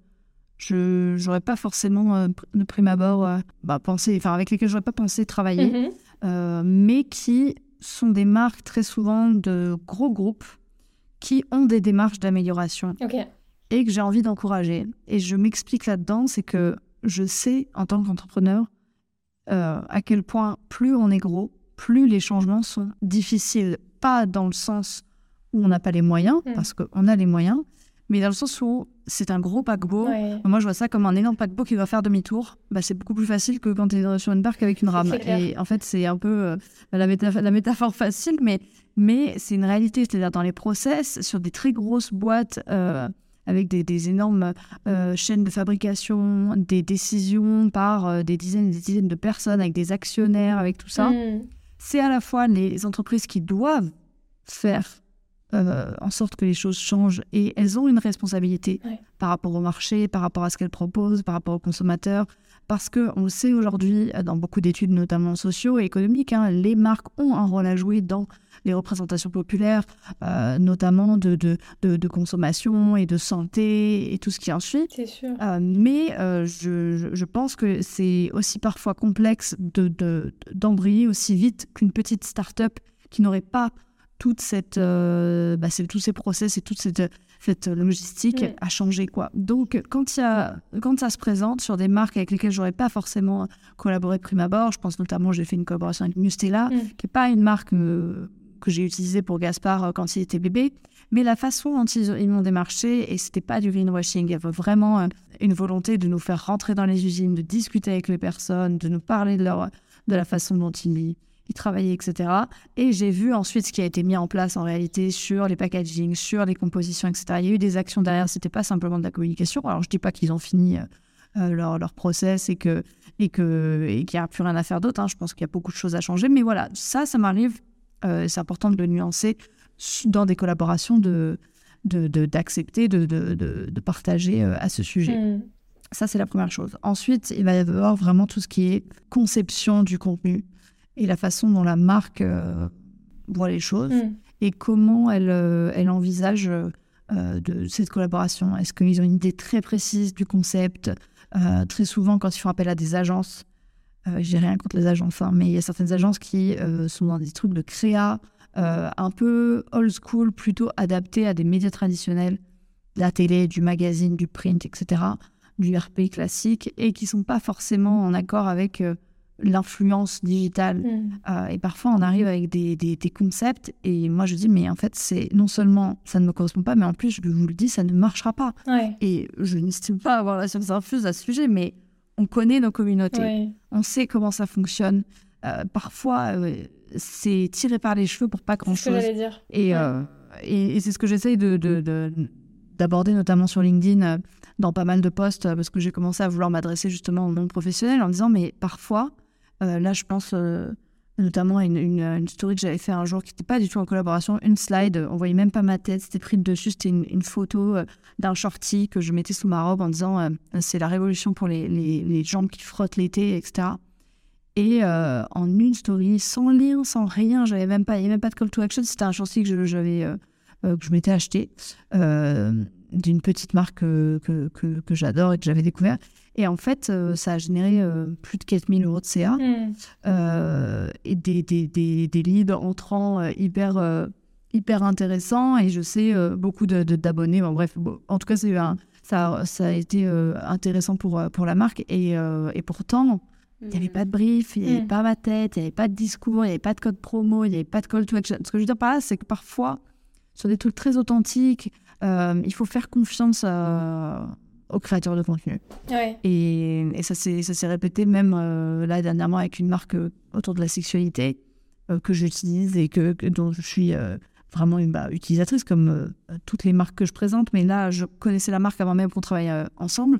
je n'aurais pas forcément, euh, de prime abord, euh, bah, pensé, enfin, avec lesquelles je n'aurais pas pensé travailler, Mhm. euh, mais qui sont des marques très souvent de gros groupes qui ont des démarches d'amélioration Ok. et que j'ai envie d'encourager. Et je m'explique là-dedans, c'est que je sais, en tant qu'entrepreneur, euh, à quel point plus on est gros, plus les changements sont difficiles. Pas dans le sens où on n'a pas les moyens, Mm. parce qu'on a les moyens, mais dans le sens où c'est un gros paquebot. Ouais. Moi, je vois ça comme un énorme paquebot qui doit faire demi-tour. Bah, c'est beaucoup plus facile que quand tu es sur une barque avec une rame. C'est clair. Et en fait, c'est un peu euh, la, métaph- la métaphore facile, mais, mais c'est une réalité. C'est-à-dire dans les process, sur des très grosses boîtes euh, avec des, des énormes euh, chaînes de fabrication, des décisions par euh, des dizaines et des dizaines de personnes, avec des actionnaires, avec tout ça. Mm. C'est à la fois les entreprises qui doivent faire euh, en sorte que les choses changent et elles ont une responsabilité Ouais. par rapport au marché, par rapport à ce qu'elles proposent, par rapport aux consommateurs. Parce qu'on le sait aujourd'hui, dans beaucoup d'études, notamment socio et économiques, hein, les marques ont un rôle à jouer dans les représentations populaires, euh, notamment de, de, de, de consommation et de santé et tout ce qui en suit. C'est sûr. Euh, mais euh, je, je- je pense que c'est aussi parfois complexe de, de, d'embrayer aussi vite qu'une petite start-up qui n'aurait pas toute cette, euh, bah, c'est, tous ces process et toute cette, cette logistique Mm. à changer, quoi. Donc, quand, il y a, quand ça se présente sur des marques avec lesquelles je n'aurais pas forcément collaboré de prime abord, je pense notamment, j'ai fait une collaboration avec Mustela, Mm. qui n'est pas une marque euh, que j'ai utilisée pour Gaspard euh, quand il était bébé, mais la façon dont ils, ils m'ont démarché, et c'était pas du greenwashing, il y avait vraiment euh, une volonté de nous faire rentrer dans les usines, de discuter avec les personnes, de nous parler de, leur, de la façon dont ils, ils travaillaient, et cetera. Et j'ai vu ensuite ce qui a été mis en place en réalité sur les packaging, sur les compositions, et cetera. Il y a eu des actions derrière, c'était pas simplement de la communication. Alors je dis pas qu'ils ont fini euh, leur, leur process et, que, et, que, et qu'il n'y a plus rien à faire d'autre, hein. Je pense qu'il y a beaucoup de choses à changer, mais voilà, ça, ça m'arrive, euh, c'est important de le nuancer dans des collaborations, de, de, de, d'accepter, de, de, de, de partager euh, à ce sujet. Mm. Ça, c'est la première chose. Ensuite, il va y avoir vraiment tout ce qui est conception du contenu et la façon dont la marque euh, voit les choses Mm. et comment elle, euh, elle envisage euh, de cette collaboration. Est-ce qu'ils ont une idée très précise du concept ? Euh, Très souvent, quand ils font appel à des agences, euh, j'ai rien contre les agences, hein, mais il y a certaines agences qui euh, sont dans des trucs de créa, euh, un peu old school, plutôt adaptés à des médias traditionnels, de la télé, du magazine, du print, et cetera, du R P classique, et qui ne sont pas forcément en accord avec euh, l'influence digitale. Mm. Euh, et parfois, on arrive avec des, des, des concepts, et moi, je dis, mais en fait, c'est non seulement ça ne me correspond pas, mais en plus, je vous le dis, ça ne marchera pas. Ouais. Et je n'estime pas avoir la science infuse à ce sujet, mais on connaît nos communautés. Ouais. On sait comment ça fonctionne. Euh, parfois, euh, c'est tiré par les cheveux pour pas C'est ce que grand-chose. j'allais dire. Et, Ouais. euh, et, et c'est ce que j'essaye de, de, de- d'aborder, notamment sur LinkedIn, euh, dans pas mal de posts, euh, parce que j'ai commencé à vouloir m'adresser justement au monde professionnel en disant, mais parfois, euh, là, je pense euh, notamment à une, une, une story que j'avais fait un jour qui n'était pas du tout en collaboration, une slide, on voyait même pas ma tête, c'était pris de dessus, c'était une, une photo euh, d'un shorty que je mettais sous ma robe en disant, euh, c'est la révolution pour les, les, les jambes qui frottent l'été, et cetera. Et euh, en une story, sans lien, sans rien, j'avais même pas, il n'y avait même pas de call to action, c'était un shorty que je, j'avais, euh, euh, que je m'étais acheté, euh, d'une petite marque euh, que, que, que j'adore et que j'avais découvert. Et en fait, euh, ça a généré euh, plus de quatre mille euros de C A, Mm. euh, et des, des, des, des leads entrants euh, hyper, euh, hyper intéressants, et je sais euh, beaucoup de, de, d'abonnés. Bon, bref, bon, en tout cas, c'est un, ça, ça a été euh, intéressant pour, euh, pour la marque. Et, euh, et pourtant, il n'y avait pas de brief, il n'y avait Mm. pas ma tête, il n'y avait pas de discours, il n'y avait pas de code promo, il n'y avait pas de call to action. Ce que je veux dire par là, c'est que parfois, sur des trucs très authentiques, euh, il faut faire confiance à, aux créateurs de contenu. Ouais. Et, et ça, s'est, ça s'est répété même euh, là dernièrement avec une marque euh, autour de la sexualité euh, que j'utilise et que, que- dont je suis euh, vraiment une bah, utilisatrice comme euh, toutes les marques que je présente. Mais là, je connaissais la marque avant même qu'on travaille euh, ensemble.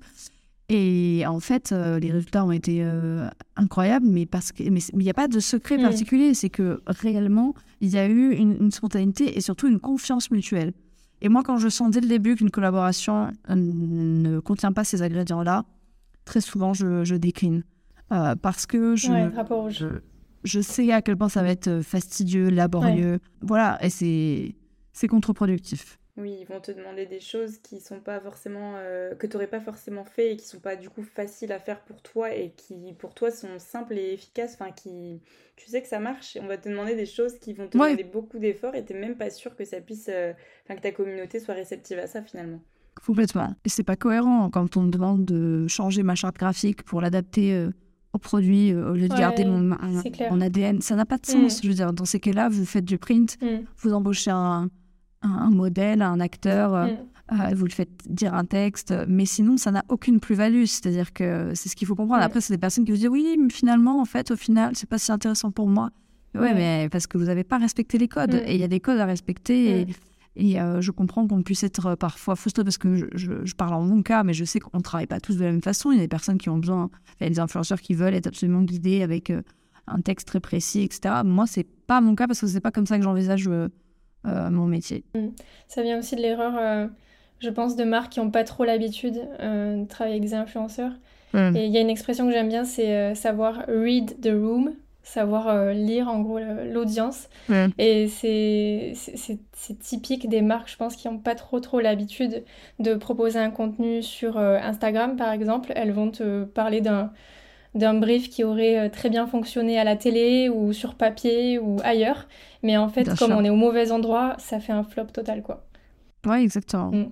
Et en fait, euh, les résultats ont été euh, incroyables, mais parce que mais il n'y a pas de secret Mm. particulier. C'est que réellement, il y a eu une, une spontanéité et surtout une confiance mutuelle. Et moi, quand je sens dès le début qu'une collaboration euh, ne contient pas ces ingrédients-là, très souvent, je, je décline. Euh, parce que je, ouais, drapeau rouge. je, je sais à quel point ça va être fastidieux, laborieux. Ouais. Voilà, et c'est, c'est contre-productif. Oui, ils vont te demander des choses qui sont pas forcément euh, que tu n'aurais pas forcément fait et qui sont pas du coup faciles à faire pour toi et qui pour toi sont simples et efficaces. Enfin, qui tu sais que ça marche. Et on va te demander des choses qui vont te ouais. demander beaucoup d'efforts et t'es même pas sûr que ça puisse, euh, enfin que ta communauté soit réceptive à ça finalement. Complètement. Et c'est pas cohérent quand on me demande de changer ma charte graphique pour l'adapter euh, au produit euh, au lieu de ouais, garder mon, mon, mon A D N. Ça n'a pas de sens. Mm. Je veux dire, dans ces cas-là, vous faites du print, mm. vous embauchez un un modèle, un acteur, mm. euh, vous le faites dire un texte, mais sinon, ça n'a aucune plus-value. C'est-à-dire que c'est ce qu'il faut comprendre. Mm. Après, c'est des personnes qui vous disent « Oui, mais finalement, en fait, au final, c'est pas si intéressant pour moi. » Ouais, mm. mais parce que vous n'avez pas respecté les codes. Mm. Et il y a des codes à respecter. Mm. Et, et euh, je comprends qu'on puisse être parfois frustré parce que je, je, je parle en mon cas, mais je sais qu'on ne travaille pas tous de la même façon. Il y a des personnes qui ont besoin, il y a des influenceurs qui veulent être absolument guidés avec euh, un texte très précis, et cetera. Moi, c'est pas mon cas parce que c'est pas comme ça que j'envisage euh, Euh, mon métier. Ça vient aussi de l'erreur, euh, je pense, de marques qui n'ont pas trop l'habitude euh, de travailler avec des influenceurs. Mm. Et il y a une expression que j'aime bien, c'est euh, savoir read the room, savoir euh, lire en gros l'audience. Mm. Et c'est, c'est, c'est, c'est typique des marques, je pense, qui n'ont pas trop trop l'habitude de proposer un contenu sur euh, Instagram, par exemple. Elles vont te parler d'un d'un brief qui aurait très bien fonctionné à la télé ou sur papier ou ailleurs. Mais en fait, bien comme sûr. On est au mauvais endroit, ça fait un flop total, quoi. Oui, exactement. Mm.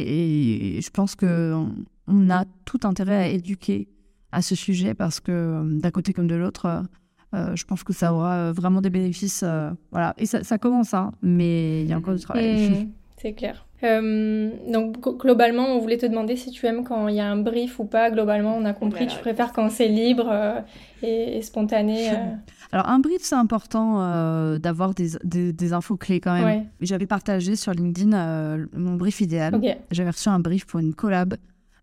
Et, et je pense qu'on on a tout intérêt à éduquer à ce sujet parce que d'un côté comme de l'autre, euh, je pense que ça aura vraiment des bénéfices. Euh, voilà. Et ça, ça commence, hein, mais il y a encore du travail. Mm. C'est clair. Euh, donc globalement, on voulait te demander si tu aimes quand il y a un brief ou pas. Globalement, on a compris, tu préfères quand c'est libre euh, et, et spontané. Euh... Alors un brief, c'est important euh, d'avoir des, des, des infos clés quand même. Ouais. J'avais partagé sur LinkedIn euh, mon brief idéal. Okay. J'avais reçu un brief pour une collab.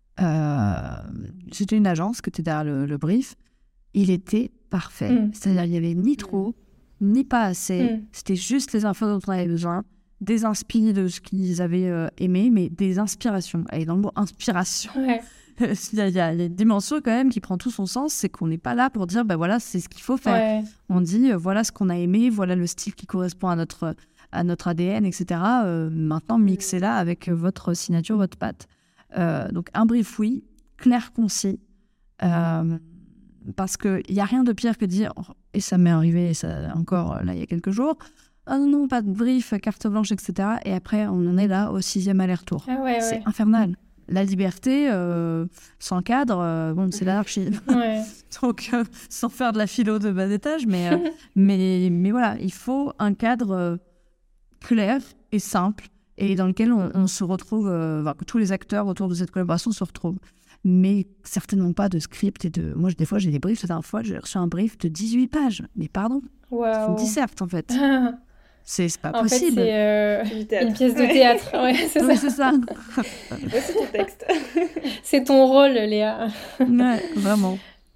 Euh, c'était une agence qui était derrière le, le brief. Il était parfait. Mm. C'est-à-dire il n'y avait ni trop, mm. ni pas assez. Mm. C'était juste les infos dont on avait besoin. Des inspirations de ce qu'ils avaient euh, aimé, mais des inspirations. Et dans le mot inspiration, ouais. il, y a, il y a des dimensions quand même qui prend tout son sens. C'est qu'on n'est pas là pour dire, ben voilà, c'est ce qu'il faut faire. Ouais. On dit, euh, voilà ce qu'on a aimé, voilà le style qui correspond à notre, à notre A D N, et cetera. Euh, maintenant, mixez-la avec votre signature, votre patte. Euh, donc, un brief, oui, clair, concis. Euh, parce qu'il n'y a rien de pire que de dire, et ça m'est arrivé ça, encore là, il y a quelques jours, ah non, non, pas de brief, carte blanche, et cetera. Et après, on en est là au sixième aller-retour. Ah ouais, c'est ouais. infernal. La liberté, euh, sans cadre, euh, bon, c'est l'anarchie. Ouais. Donc, euh, sans faire de la philo de bas étage, mais, euh, mais, mais voilà, il faut un cadre euh, clair et simple et dans lequel on, on se retrouve, euh, enfin, que tous les acteurs autour de cette collaboration se retrouvent. Mais certainement pas de script et de... Moi, des fois, j'ai des briefs. La dernière fois, j'ai reçu un brief de dix-huit pages. Mais pardon, wow. C'est une disserte, en fait. C'est, c'est pas en possible. En fait, c'est euh, une pièce de théâtre. Ouais, c'est oui, ça. c'est ça. Ouais, c'est ton texte. C'est ton rôle, Léa. Ouais, vraiment.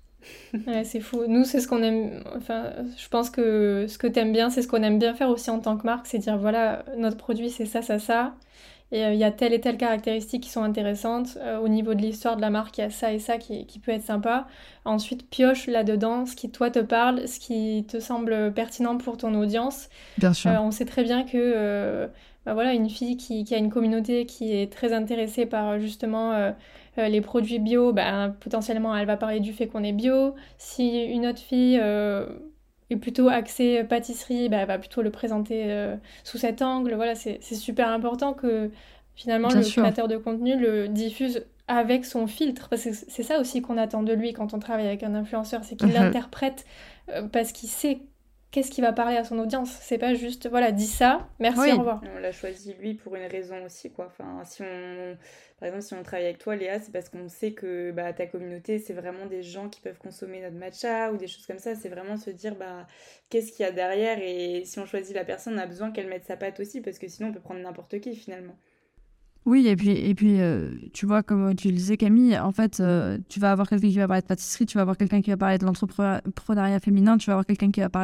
Ouais, c'est fou. Nous, c'est ce qu'on aime... Enfin, je pense que ce que t'aimes bien, c'est ce qu'on aime bien faire aussi en tant que marque, c'est dire, voilà, notre produit, c'est ça, ça, ça. Et il euh, y a telle et telle caractéristiques qui sont intéressantes. Euh, au niveau de l'histoire de la marque, il y a ça et ça qui, qui peut être sympa. Ensuite, pioche là-dedans ce qui, toi, te parle, ce qui te semble pertinent pour ton audience. Bien sûr. Euh, on sait très bien que euh, bah voilà, une fille qui, qui a une communauté qui est très intéressée par justement euh, euh, les produits bio, bah, potentiellement, elle va parler du fait qu'on est bio. Si une autre fille... Euh, est plutôt axé pâtisserie, bah, elle va plutôt le présenter euh, sous cet angle. Voilà, c'est, c'est super important que finalement Bien le sûr. Créateur de contenu le diffuse avec son filtre, parce que c'est ça aussi qu'on attend de lui quand on travaille avec un influenceur, c'est qu'il mm-hmm. l'interprète euh, parce qu'il sait qu'est-ce qui va parler à son audience. C'est pas juste, voilà, dis ça, merci, oui. Au revoir. On l'a choisi lui pour une raison aussi, quoi. Enfin, si on... Par exemple, si on travaille avec toi, Léa, c'est parce qu'on sait que bah, ta communauté, c'est vraiment des gens qui peuvent consommer notre matcha ou des choses comme ça. C'est vraiment se dire, bah, qu'est-ce qu'il y a derrière, et si on choisit la personne, on a besoin qu'elle mette sa patte aussi, parce que sinon, on peut prendre n'importe qui, finalement. Oui, et puis, et puis euh, tu vois, comme tu le disais, Camille, en fait, euh, tu vas avoir quelqu'un qui va parler de pâtisserie, tu vas avoir quelqu'un qui va parler de l'entrepreneuriat féminin, tu vas avoir quelqu'un qui va parler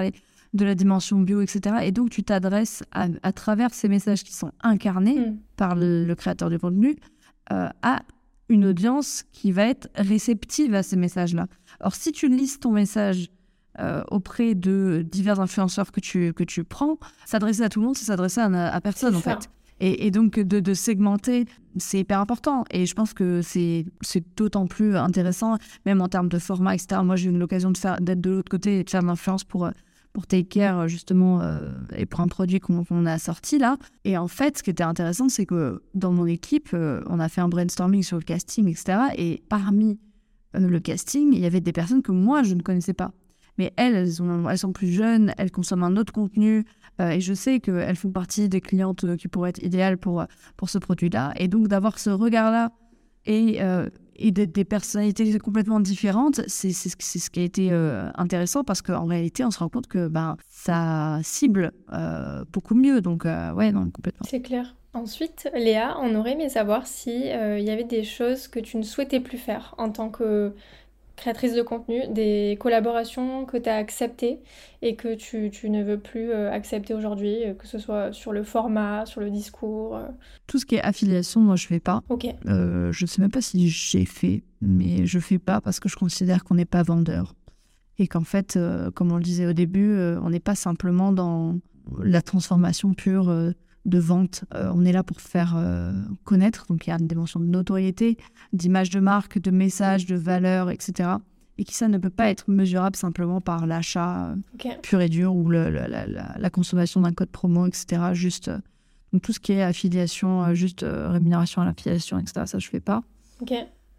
de la dimension bio, et cetera. Et donc, tu t'adresses à, à travers ces messages qui sont incarnés mmh. par le, le créateur du contenu euh, à une audience qui va être réceptive à ces messages-là. Or, si tu listes ton message euh, auprès de divers influenceurs que tu, que tu prends, s'adresser à tout le monde, c'est s'adresser à, à personne, c'est en ça. fait. Et, et donc, de, de segmenter, c'est hyper important. Et je pense que c'est, c'est d'autant plus intéressant, même en termes de format, et cetera. Moi, j'ai eu l'occasion de faire, d'être de l'autre côté et de faire de l'influence pour, pour Take Care, justement, euh, et pour un produit qu'on, qu'on a sorti là. Et en fait, ce qui était intéressant, c'est que dans mon équipe, euh, on a fait un brainstorming sur le casting, et cetera. Et parmi euh, le casting, il y avait des personnes que moi, je ne connaissais pas. Mais elles, elles, ont, elles sont plus jeunes, elles consomment un autre contenu. Euh, et je sais qu'elles font partie des clientes euh, qui pourraient être idéales pour, pour ce produit-là. Et donc, d'avoir ce regard-là et, euh, et des, des personnalités complètement différentes, c'est, c'est, c'est ce qui a été euh, intéressant parce qu'en réalité, on se rend compte que ben, ça cible euh, beaucoup mieux. Donc, euh, ouais, non, complètement. C'est clair. Ensuite, Léa, on aurait aimé savoir s'il euh, y avait des choses que tu ne souhaitais plus faire en tant que créatrice de contenu, des collaborations que tu as acceptées et que tu, tu ne veux plus euh, accepter aujourd'hui, euh, que ce soit sur le format, sur le discours. Euh. Tout ce qui est affiliation, moi, je fais pas. Ok. Euh, je sais même pas si j'ai fait, mais je fais pas parce que je considère qu'on n'est pas vendeur. Et qu'en fait, euh, comme on le disait au début, euh, on n'est pas simplement dans la transformation pure euh, de vente. Euh, on est là pour faire euh, connaître. Donc, il y a une dimension de notoriété, d'image de marque, de message, de valeur, et cetera. Et qui, ça, ne peut pas être mesurable simplement par l'achat euh, okay. pur et dur ou le, la, la, la, la consommation d'un code promo, et cetera. Juste, euh, donc, tout ce qui est affiliation, euh, juste euh, rémunération à l'affiliation, et cetera, ça, je ne fais pas. Ok.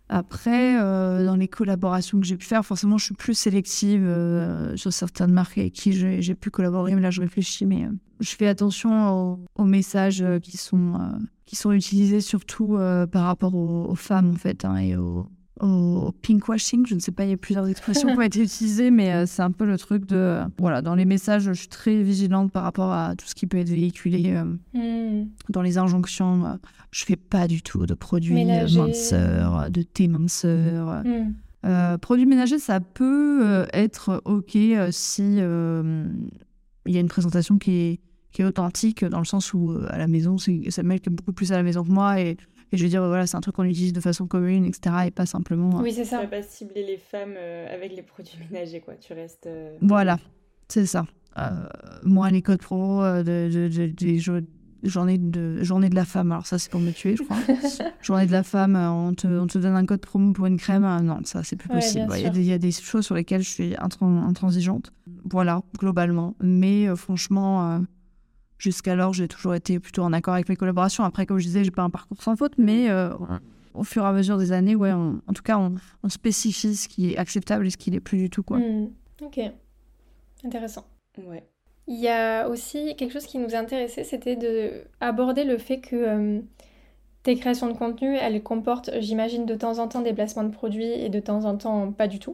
Après, euh, dans les collaborations que j'ai pu faire, forcément, je suis plus sélective euh, sur certaines marques avec qui j'ai, j'ai pu collaborer. Mais là, je réfléchis, mais euh, je fais attention aux, aux messages euh, qui sont, euh, qui sont utilisés surtout euh, par rapport aux, aux femmes, en fait, hein, et au, au pinkwashing. Je ne sais pas, il y a plusieurs expressions qui ont été utilisées, mais euh, c'est un peu le truc de... Euh, voilà, dans les messages, je suis très vigilante par rapport à tout ce qui peut être véhiculé euh, mm. dans les injonctions. Euh, je fais pas du tout de produits Ménager. minceurs, de thé minceur. Mm. Euh, produits ménagers, ça peut euh, être OK euh, si euh, il y a une présentation qui est, qui est authentique, dans le sens où euh, à la maison, c'est, ça mêle beaucoup plus à la maison que moi. Et, et je veux dire, voilà, c'est un truc qu'on utilise de façon commune, et cetera. Et pas simplement... Oui, c'est ça. Tu vas pas cibler les femmes euh, avec les produits ménagers, quoi. Tu restes... Euh... Voilà, c'est ça. Euh, moi, les codes pro euh, de, de, de, de, de Journée de, journée de la femme, alors ça c'est pour me tuer je crois. Journée de la femme, on te, on te donne un code promo pour une crème, non ça c'est plus possible. Il ouais, y, y a des choses sur lesquelles je suis intran- intransigeante, voilà, globalement. Mais euh, franchement, euh, jusqu'alors j'ai toujours été plutôt en accord avec mes collaborations. Après, comme je disais, j'ai pas un parcours sans faute, mais euh, au fur et à mesure des années, ouais, on, en tout cas on, on spécifie ce qui est acceptable et ce qui l'est plus du tout, quoi. Mmh. Ok, intéressant. Ouais. Il y a aussi quelque chose qui nous intéressait, c'était d'aborder le fait que euh, tes créations de contenu, elles comportent, j'imagine, de temps en temps des placements de produits et de temps en temps pas du tout.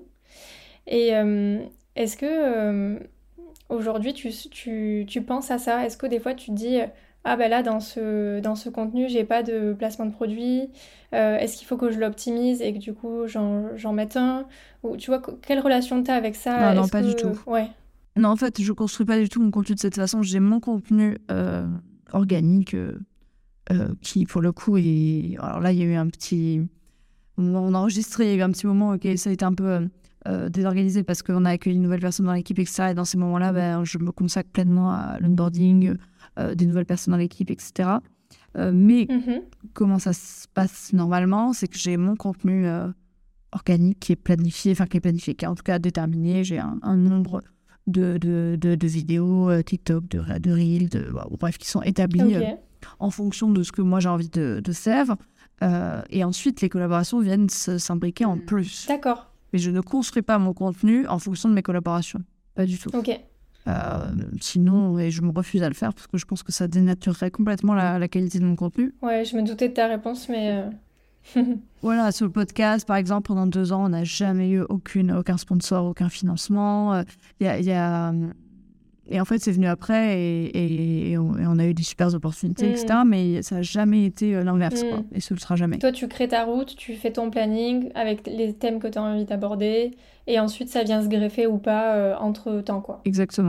Et euh, est-ce que euh, aujourd'hui tu, tu, tu penses à ça ? Est-ce que des fois tu te dis ah ben là dans ce, dans ce contenu j'ai pas de placement de produit, euh, est-ce qu'il faut que je l'optimise et que du coup j'en, j'en mette un ? Ou tu vois, quelle relation t'as avec ça ? Non, non, est-ce pas que... du tout. Ouais. Non, en fait, je ne construis pas du tout mon contenu de cette façon. J'ai mon contenu euh, organique euh, euh, qui, pour le coup, est... Alors là, il y a eu un petit... On a enregistré, il y a eu un petit moment où okay, ça a été un peu euh, désorganisé parce qu'on a accueilli une nouvelle personne dans l'équipe, et cetera. Et dans ces moments-là, ben, je me consacre pleinement à l'onboarding euh, des nouvelles personnes dans l'équipe, et cetera. Euh, mais Mm-hmm. comment ça se passe normalement, c'est que j'ai mon contenu euh, organique qui est planifié, enfin qui est planifié, qui est en tout cas déterminé. J'ai un, un nombre... De, de, de, de vidéos euh, TikTok, de, de Reels, de, bah, bref, qui sont établies Ok. euh, en fonction de ce que moi j'ai envie de, de faire. Euh, et ensuite, les collaborations viennent se, s'imbriquer en plus. D'accord. Mais je ne construis pas mon contenu en fonction de mes collaborations. Pas du tout. Ok. Euh, sinon, et je me refuse à le faire parce que je pense que ça dénaturerait complètement la, la qualité de mon contenu. Ouais, je me doutais de ta réponse, mais... Euh... Voilà, sur le podcast, par exemple, pendant deux ans, on n'a jamais eu aucune, aucun sponsor, aucun financement. Il y a, y a... Et en fait, c'est venu après et, et, et, on, et on a eu des super opportunités, mmh. et cetera. Mais ça n'a jamais été l'inverse, mmh. quoi. Et ce ne sera jamais. Toi, tu crées ta route, tu fais ton planning avec les thèmes que tu as envie d'aborder et ensuite, ça vient se greffer ou pas euh, entre-temps, quoi. Exactement.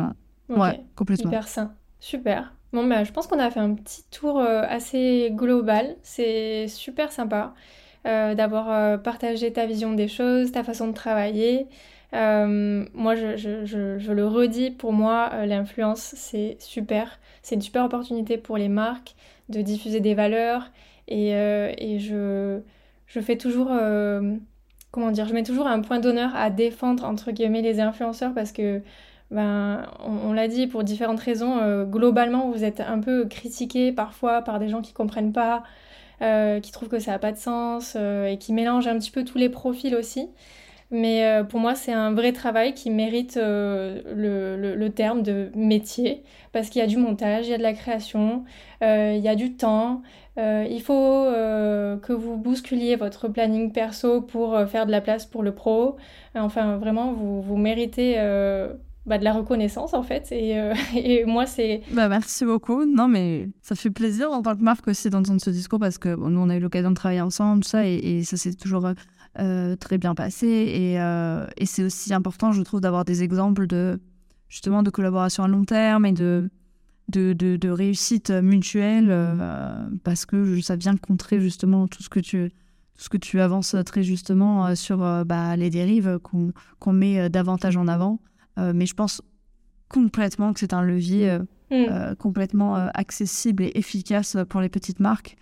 Ok. Ouais, complètement. Hyper sain. Super. Bon, bah, je pense qu'on a fait un petit tour euh, assez global. C'est super sympa euh, d'avoir euh, partagé ta vision des choses, ta façon de travailler. Euh, moi, je, je, je, je le redis, pour moi, euh, l'influence, c'est super. C'est une super opportunité pour les marques de diffuser des valeurs. Et, euh, et je, je fais toujours, euh, comment dire, je mets toujours un point d'honneur à défendre, entre guillemets, les influenceurs parce que ben, on, on l'a dit pour différentes raisons. Euh, globalement, vous êtes un peu critiqué parfois par des gens qui comprennent pas, euh, qui trouvent que ça n'a pas de sens euh, et qui mélangent un petit peu tous les profils aussi. Mais euh, pour moi, c'est un vrai travail qui mérite euh, le, le- le terme de métier parce qu'il y a du montage, il y a de la création, euh, il y a du temps. Euh, il faut euh, que vous bousculiez votre planning perso pour euh, faire de la place pour le pro. Enfin, vraiment, vous, vous méritez euh, bah, de la reconnaissance en fait. Et, euh, et moi, c'est... Bah, merci beaucoup. Non, mais ça fait plaisir en tant que marque aussi d'entendre ce discours parce que bon, nous, on a eu l'occasion de travailler ensemble, tout ça, et, et ça s'est toujours euh, très bien passé. Et, euh, et c'est aussi important, je trouve, d'avoir des exemples de, justement, de collaboration à long terme et de, de, de, de réussite mutuelle euh, parce que ça vient contrer justement tout ce que tu, tout ce que tu avances très justement euh, sur euh, bah, les dérives qu'on, qu'on met euh, davantage en avant. Euh, mais je pense complètement que c'est un levier euh, Mm. euh, complètement euh, accessible et efficace pour les petites marques.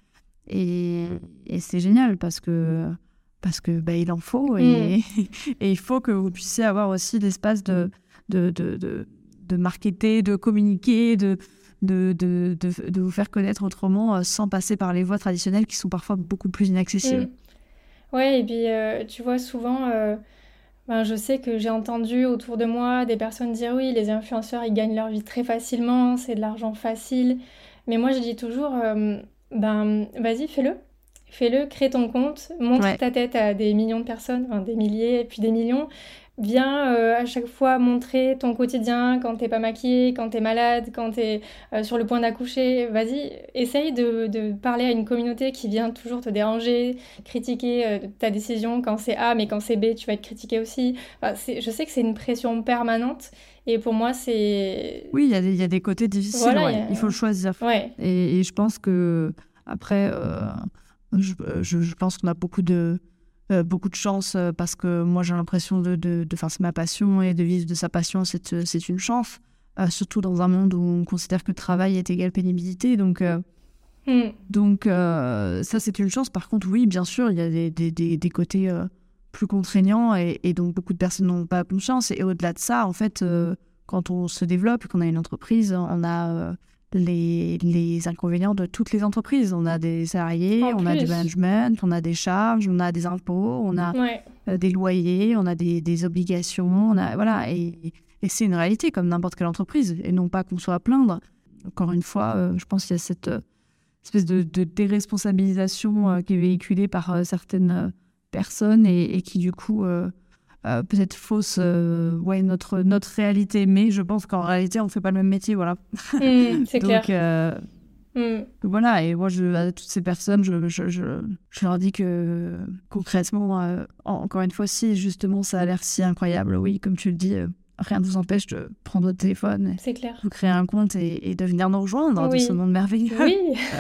Et, et c'est génial parce que, parce que bah, il en faut. Et, et il faut que vous puissiez avoir aussi l'espace de, de, de, de, de marketer, de communiquer, de, de, de, de, de vous faire connaître autrement euh, sans passer par les voies traditionnelles qui sont parfois beaucoup plus inaccessibles. Mm. Ouais, et puis euh, tu vois, souvent, euh, ben, je sais que j'ai entendu autour de moi des personnes dire oui, les influenceurs, ils gagnent leur vie très facilement, c'est de l'argent facile. Mais moi, je dis toujours, euh, ben, vas-y, fais-le. Fais-le, crée ton compte, montre Ouais. ta tête à des millions de personnes, enfin des milliers et puis des millions. Viens euh, à chaque fois montrer ton quotidien quand t'es pas maquillée, quand t'es malade, quand t'es euh, sur le point d'accoucher. Vas-y, essaye de, de parler à une communauté qui vient toujours te déranger, critiquer euh, ta décision quand c'est A, mais quand c'est B, tu vas être critiqué aussi. Enfin, c'est- je sais que c'est une pression permanente et pour moi, c'est... Oui, il y, a des- il y a des côtés difficiles, Voilà, ouais. il y a- Il faut choisir. Ouais. Et, et je pense que, après, euh, je, je, je pense qu'on a beaucoup de, euh, beaucoup de chance euh, parce que moi, j'ai l'impression de, de, de, enfin, c'est ma passion et de vivre de sa passion, c'est, c'est une chance. Euh, surtout dans un monde où on considère que le travail est égal pénibilité. Donc, euh, Mm. donc euh, ça, c'est une chance. Par contre, oui, bien sûr, il y a des, des, des, des côtés euh, plus contraignants et, et donc beaucoup de personnes n'ont pas conscience. Et au-delà de ça, en fait, euh, quand on se développe, qu'on a une entreprise, on a euh, les, les inconvénients de toutes les entreprises. On a des salariés, En on a du plus. management, on a des charges, on a des impôts, on a Ouais. euh, des loyers, on a des, des obligations, on a, voilà. Et, et c'est une réalité comme n'importe quelle entreprise et non pas qu'on soit à plaindre. Encore une fois, euh, je pense qu'il y a cette euh, espèce de, de déresponsabilisation euh, qui est véhiculée par euh, certaines euh, personnes et, et qui du coup euh, euh, peut-être fausse euh, ouais, notre, notre réalité. Mais je pense qu'en réalité, on ne fait pas le même métier, voilà. Mm, c'est Donc, clair. euh, Mm. voilà, et moi, je, à toutes ces personnes, je, je, je, je leur dis que concrètement, euh, en- encore une fois, si justement ça a l'air si incroyable, oui, comme tu le dis, euh, rien ne vous empêche de prendre votre téléphone, C'est clair. vous créer un compte et, et de venir nous rejoindre dans Oui. ce monde merveilleux. Oui,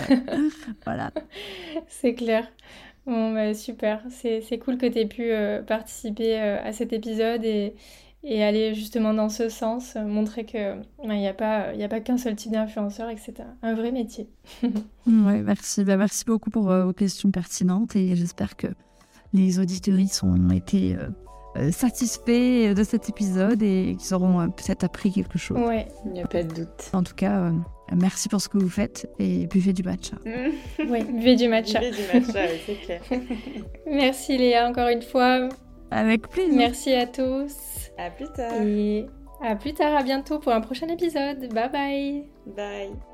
Voilà. c'est clair. Bon, bah, super. C'est, c'est cool que tu aies pu euh, participer euh, à cet épisode et, et aller justement dans ce sens, euh, montrer que il n'y a pas, il y a pas qu'un seul type d'influenceur et que c'est un, un vrai métier. Ouais, merci. Bah, merci beaucoup pour euh, vos questions pertinentes et j'espère que les auditeuristes ont été euh, euh, satisfaits de cet épisode et qu'ils auront euh, peut-être appris quelque chose. Ouais. Il n'y a pas de doute. En tout cas, euh, merci pour ce que vous faites et buvez du matcha. Ouais, buvez du matcha. Buvez du matcha, oui, c'est clair. Merci Léa encore une fois. Avec plaisir. Merci à tous. À plus tard. Et à plus tard, à bientôt pour un prochain épisode. Bye bye. Bye.